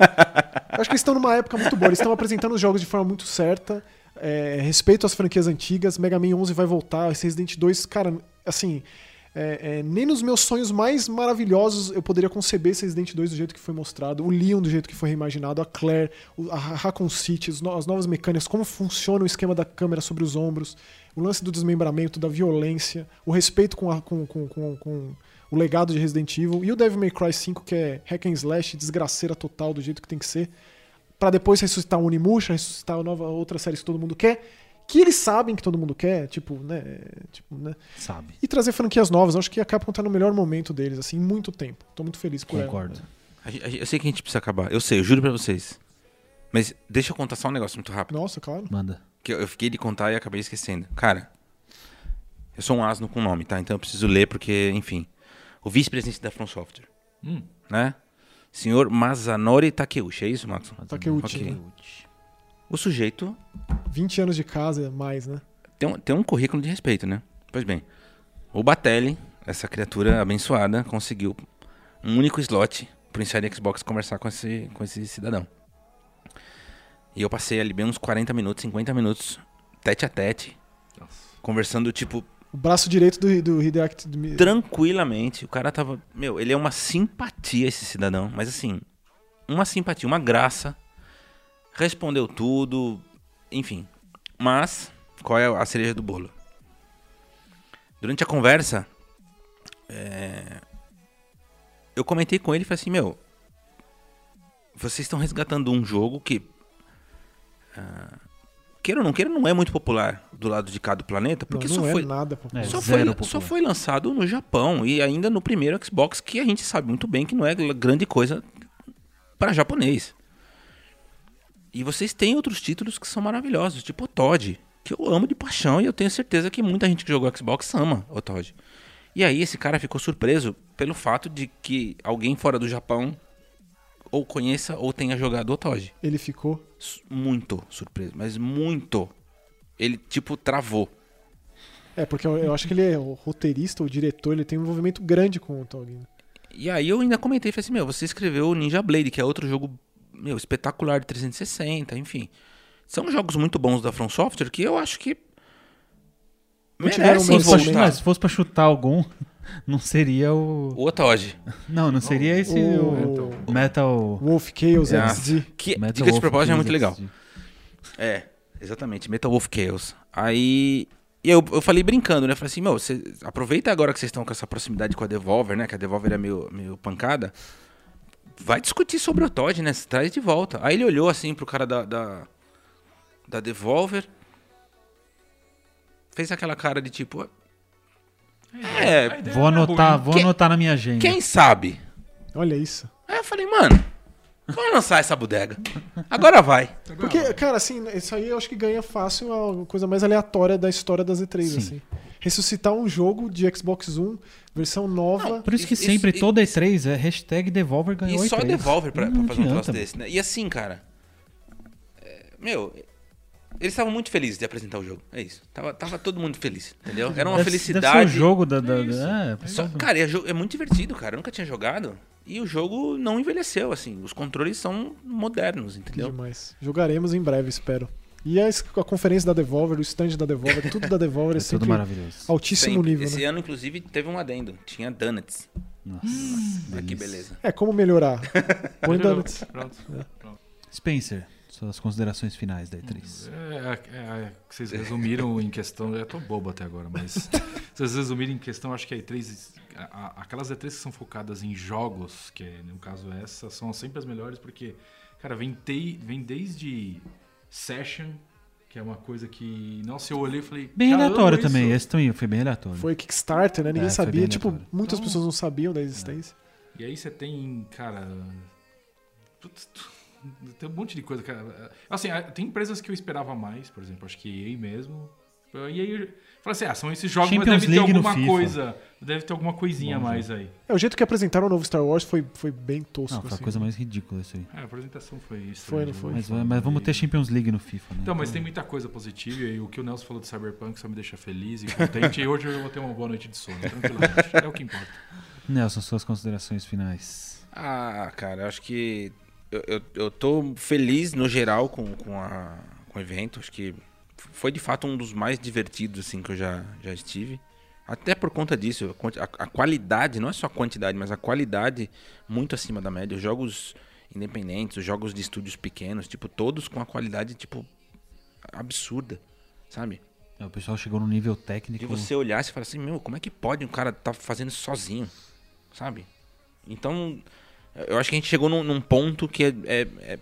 Eu acho que eles estão numa época muito boa. Eles estão apresentando os jogos de forma muito certa. É, respeito às franquias antigas. Mega Man onze vai voltar. Esse Resident dois, cara, assim... é, é, nem nos meus sonhos mais maravilhosos eu poderia conceber esse Resident dois do jeito que foi mostrado. O Leon do jeito que foi reimaginado. A Claire, o- a Raccoon City, os no- as novas mecânicas. Como funciona o esquema da câmera sobre os ombros. O lance do desmembramento, da violência. O respeito com, a, com, com, com, com o legado de Resident Evil. E o Devil May Cry cinco, que é hack and slash, desgraceira total, do jeito que tem que ser. Pra depois ressuscitar o Onimusha, ressuscitar a nova outra série que todo mundo quer. Que eles sabem que todo mundo quer, tipo, né? Tipo, né? Sabe. E trazer franquias novas. Eu acho que a Capcom tá no melhor momento deles, assim, em muito tempo. Tô muito feliz por ela. Concordo. A gente- a gente- eu sei que a gente precisa acabar. Eu sei, eu juro pra vocês. Mas deixa eu contar só um negócio muito rápido. Nossa, claro. Manda. Que eu, eu fiquei de contar e acabei esquecendo. Cara, eu sou um asno com nome, tá? Então eu preciso ler porque, enfim. O vice-presidente da From Software, Hum. né? Senhor Masanori Takeuchi, é isso, Max? Takeuchi. Ok. O sujeito vinte anos de casa, mais, né? tem um, tem um currículo de respeito, né? Pois bem, o Batelli, essa criatura abençoada, conseguiu um único slot pro Inside Xbox conversar com esse, com esse cidadão. E eu passei ali bem uns quarenta minutos, cinquenta minutos, tete a tete, Nossa. conversando, tipo, O braço direito do, do Hideaki. do- tranquilamente. O cara tava... Meu, ele é uma simpatia, esse cidadão. Mas assim, uma simpatia, uma graça. Respondeu tudo, enfim. Mas, qual é a cereja do bolo? Durante a conversa, é, eu comentei com ele e falei assim, meu, vocês estão resgatando um jogo que, ah, queira ou não queira, não é muito popular do lado de cá do planeta, Não, porque não só é foi... nada, pô. É, Só zero foi, popular. só foi lançado no Japão e ainda no primeiro Xbox, que a gente sabe muito bem que não é grande coisa para japonês. E vocês têm outros títulos que são maravilhosos, tipo o Todd, que eu amo de paixão e eu tenho certeza que muita gente que jogou Xbox ama o Todd. E aí esse cara ficou surpreso pelo fato de que alguém fora do Japão ou conheça ou tenha jogado o Todd. Ele ficou. Su- Muito surpreso, mas muito. Ele, tipo, travou. É, porque eu, eu acho que ele é o roteirista, o diretor, ele tem um envolvimento grande com o Tog. E aí eu ainda comentei, falei assim, meu, você escreveu Ninja Blade, que é outro jogo, meu, espetacular de trezentos e sessenta, enfim. São jogos muito bons da From Software que eu acho que Não tiveram merecem merecimento. Poxa, voltar. mas se fosse pra chutar algum, não seria o... O Otoge. Não, não seria esse o... O Metal... Wolf Chaos Ah, X D. Que, Metal diga de Wolf propósito, é Chaos muito legal. X D. É, exatamente, Metal Wolf Chaos. Aí, e eu, eu falei brincando, né? Falei assim, meu, cê, aproveita agora que vocês estão com essa proximidade com a Devolver, né? Que a Devolver é meio, meio pancada. Vai discutir sobre o Todd, né? Cê traz de volta. Aí ele olhou assim pro cara da, da, da Devolver. Fez aquela cara de tipo... É, Vou anotar, vou Quem- anotar na minha agenda. quem sabe? Olha isso. Aí eu falei, mano, vamos lançar essa bodega. Agora vai. Porque, cara, assim, isso aí eu acho que ganha fácil a coisa mais aleatória da história das E três, Sim. assim. Ressuscitar um jogo de Xbox One, versão nova. Não, Por isso que Isso- sempre, isso- toda E três é hashtag Devolver ganhou E só E três. Devolver pra, pra Não fazer um troço adianta, desse, né? E assim, cara... é, meu, eles estavam muito felizes de apresentar o jogo. É isso. Tava, tava todo mundo feliz, entendeu? Era uma Deve- felicidade... Deve ser o jogo da... da, É isso. da- é, Só- cara, é, jo- é muito divertido, cara. Eu nunca tinha jogado. E o jogo não envelheceu, assim. Os controles são modernos, Que entendeu? demais. Jogaremos em breve, espero. E a, es- a conferência da Devolver, o stand da Devolver, tudo da Devolver é, é sempre tudo maravilhoso. altíssimo Sempre. nível, Esse né? ano, inclusive, teve um adendo. Tinha donuts. Nossa, Ah, que delícia. beleza. É, como melhorar? Põe donuts. Pronto. Spencer, suas considerações finais da E três. É, é, é, que vocês resumiram em questão. Eu tô bobo até agora, mas. Vocês resumiram em questão, acho que a E três. a- a- aquelas E três que são focadas em jogos, que é, no caso essa, são sempre as melhores, porque, cara, vem, te, vem desde Session, que é uma coisa que. Nossa, eu olhei e falei. Bem "Caramba, aleatório isso". também, esse também foi bem aleatório. Foi Kickstarter, né? Ninguém É, foi sabia. bem Tipo, aleatório. muitas Então- pessoas não sabiam da existência. E aí você tem, cara. putz, Tem um monte de coisa, cara. Assim, tem empresas que eu esperava mais, por exemplo, acho que E A mesmo. E aí eu falei assim, ah, são esses jogos, Champions mas deve ter League no alguma FIFA. coisa. Deve ter alguma coisinha a Bom mais aí. É, o jeito que apresentaram o novo Star Wars foi, foi bem tosco. Não, foi a assim. coisa mais ridícula isso aí. É, a apresentação foi isso. Foi, não foi? Mas, mas vamos ter Champions League no FIFA, né? Então, mas tem muita coisa positiva e o que o Nelson falou do Cyberpunk só me deixa feliz e contente. E hoje eu vou ter uma boa noite de sono, tranquilamente. É o que importa. Nelson, suas considerações finais. Ah, cara, eu acho que eu, eu, eu tô feliz no geral com, com, a, com o evento. Acho que foi de fato um dos mais divertidos assim, que eu já, já estive. Até por conta disso, a, quanti- a, a qualidade, não é só a quantidade, mas a qualidade muito acima da média. Os jogos independentes, os jogos de estúdios pequenos, tipo, todos com a qualidade, tipo, absurda, sabe? É, o pessoal chegou no nível De técnico. você olhar e falar assim, meu, como é que pode um cara tá fazendo isso sozinho, sabe? Então, eu acho que a gente chegou num, num ponto que é, é- é-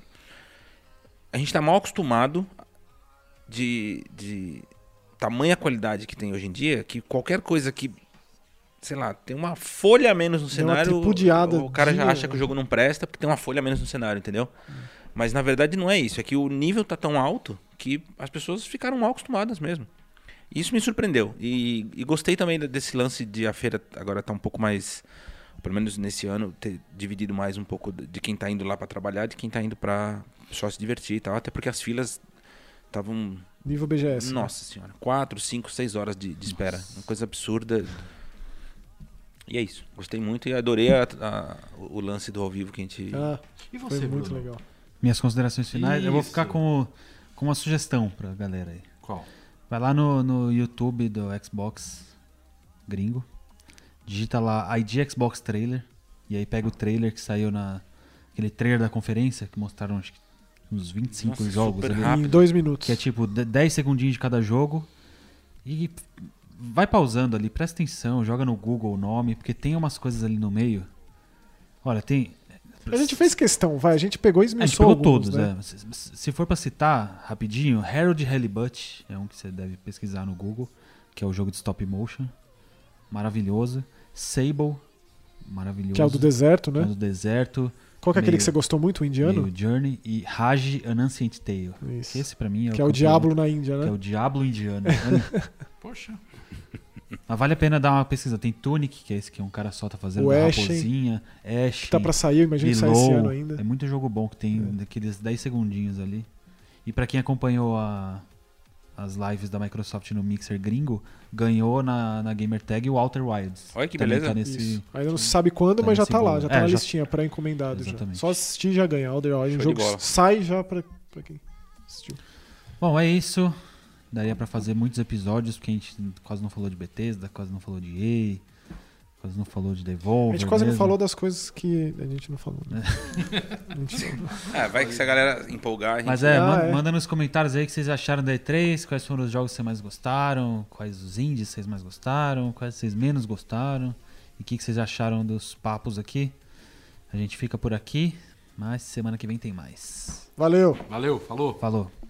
a gente tá mal acostumado de, de tamanha qualidade que tem hoje em dia, que qualquer coisa que, sei lá, tem uma folha a menos no Deu uma cenário, tripudiada o cara já de- acha que o jogo não presta porque tem uma folha a menos no cenário, entendeu? Mas na verdade não é isso. É que o nível tá tão alto que as pessoas ficaram mal acostumadas mesmo. Isso me surpreendeu. E, e gostei também desse lance de a feira agora tá um pouco mais, pelo menos nesse ano, ter dividido mais um pouco de quem tá indo lá para trabalhar, de quem tá indo para só se divertir e tal. Até porque as filas estavam... Nível B G S. Nossa senhora. Quatro, cinco, seis horas de, de espera. Uma coisa absurda. E é isso. Gostei muito e adorei a, a, o lance do ao vivo que a gente... Ah, E foi você, muito Bruno? legal. Minhas considerações finais, eu vou ficar Isso. com, com uma sugestão pra galera aí. Qual? Vai lá no, no YouTube do Xbox gringo, digita lá I D Xbox Trailer, e aí pega o trailer que saiu na... Aquele trailer da conferência, que mostraram acho que uns vinte e cinco Nossa, jogos super ali. rápido. Em dois minutos. Que é tipo de- dez segundinhos de cada jogo. E vai pausando ali, presta atenção, joga no Google o nome, porque tem umas coisas ali no meio. Olha, tem... A gente fez questão, vai. A gente pegou e A gente esmiuçou pegou alguns, todos, né? né? Se, se for pra citar rapidinho, Harold Halibut é um que você deve pesquisar no Google, que é o jogo de stop motion. Maravilhoso. Sable, maravilhoso. Que é o do deserto, que é o né? do deserto. Qual que é aquele meio- que você gostou muito, o indiano? meio Journey. E Raj An Ancient Tale. Isso. Que esse pra mim é Que é o o campeão, Diablo na Índia, Que é né? o Diablo indiano. Olha, Poxa. mas vale a pena dar uma pesquisa. Tem Tunic, que é esse que um cara só tá fazendo O uma Ashen. raposinha. Ash. Que tá pra sair, eu imagino que sai esse Below. ano ainda. É muito jogo bom que tem daqueles dez segundinhos ali. E pra quem acompanhou a- as lives da Microsoft no Mixer gringo, ganhou na, na Gamer Tag o Outer Wilds. Olha que Também beleza. Tá nesse, Isso. Ainda não se sabe quando, tá mas já nesse tá lá, bolo. já tá É, na já- listinha pré-encomendado já. Exatamente. Só assistir e já ganha. Elder Wilds, Show o de jogo bola. sai já pra, pra quem assistiu. Bom, é isso. Daria pra fazer muitos episódios, porque a gente quase não falou de Bethesda, quase não falou de E A, quase não falou de Devolver. A gente quase não mesmo. falou das coisas que a gente não falou. Né? É. A gente só- É, vai que se a galera empolgar, a gente... Mas é, Ah, manda, é. manda nos comentários aí o que vocês acharam da E três, quais foram os jogos que vocês mais gostaram, quais os indies vocês mais gostaram, quais vocês menos gostaram, e o que, que vocês acharam dos papos aqui. A gente fica por aqui, mas semana que vem tem mais. Valeu! Valeu, falou. Falou!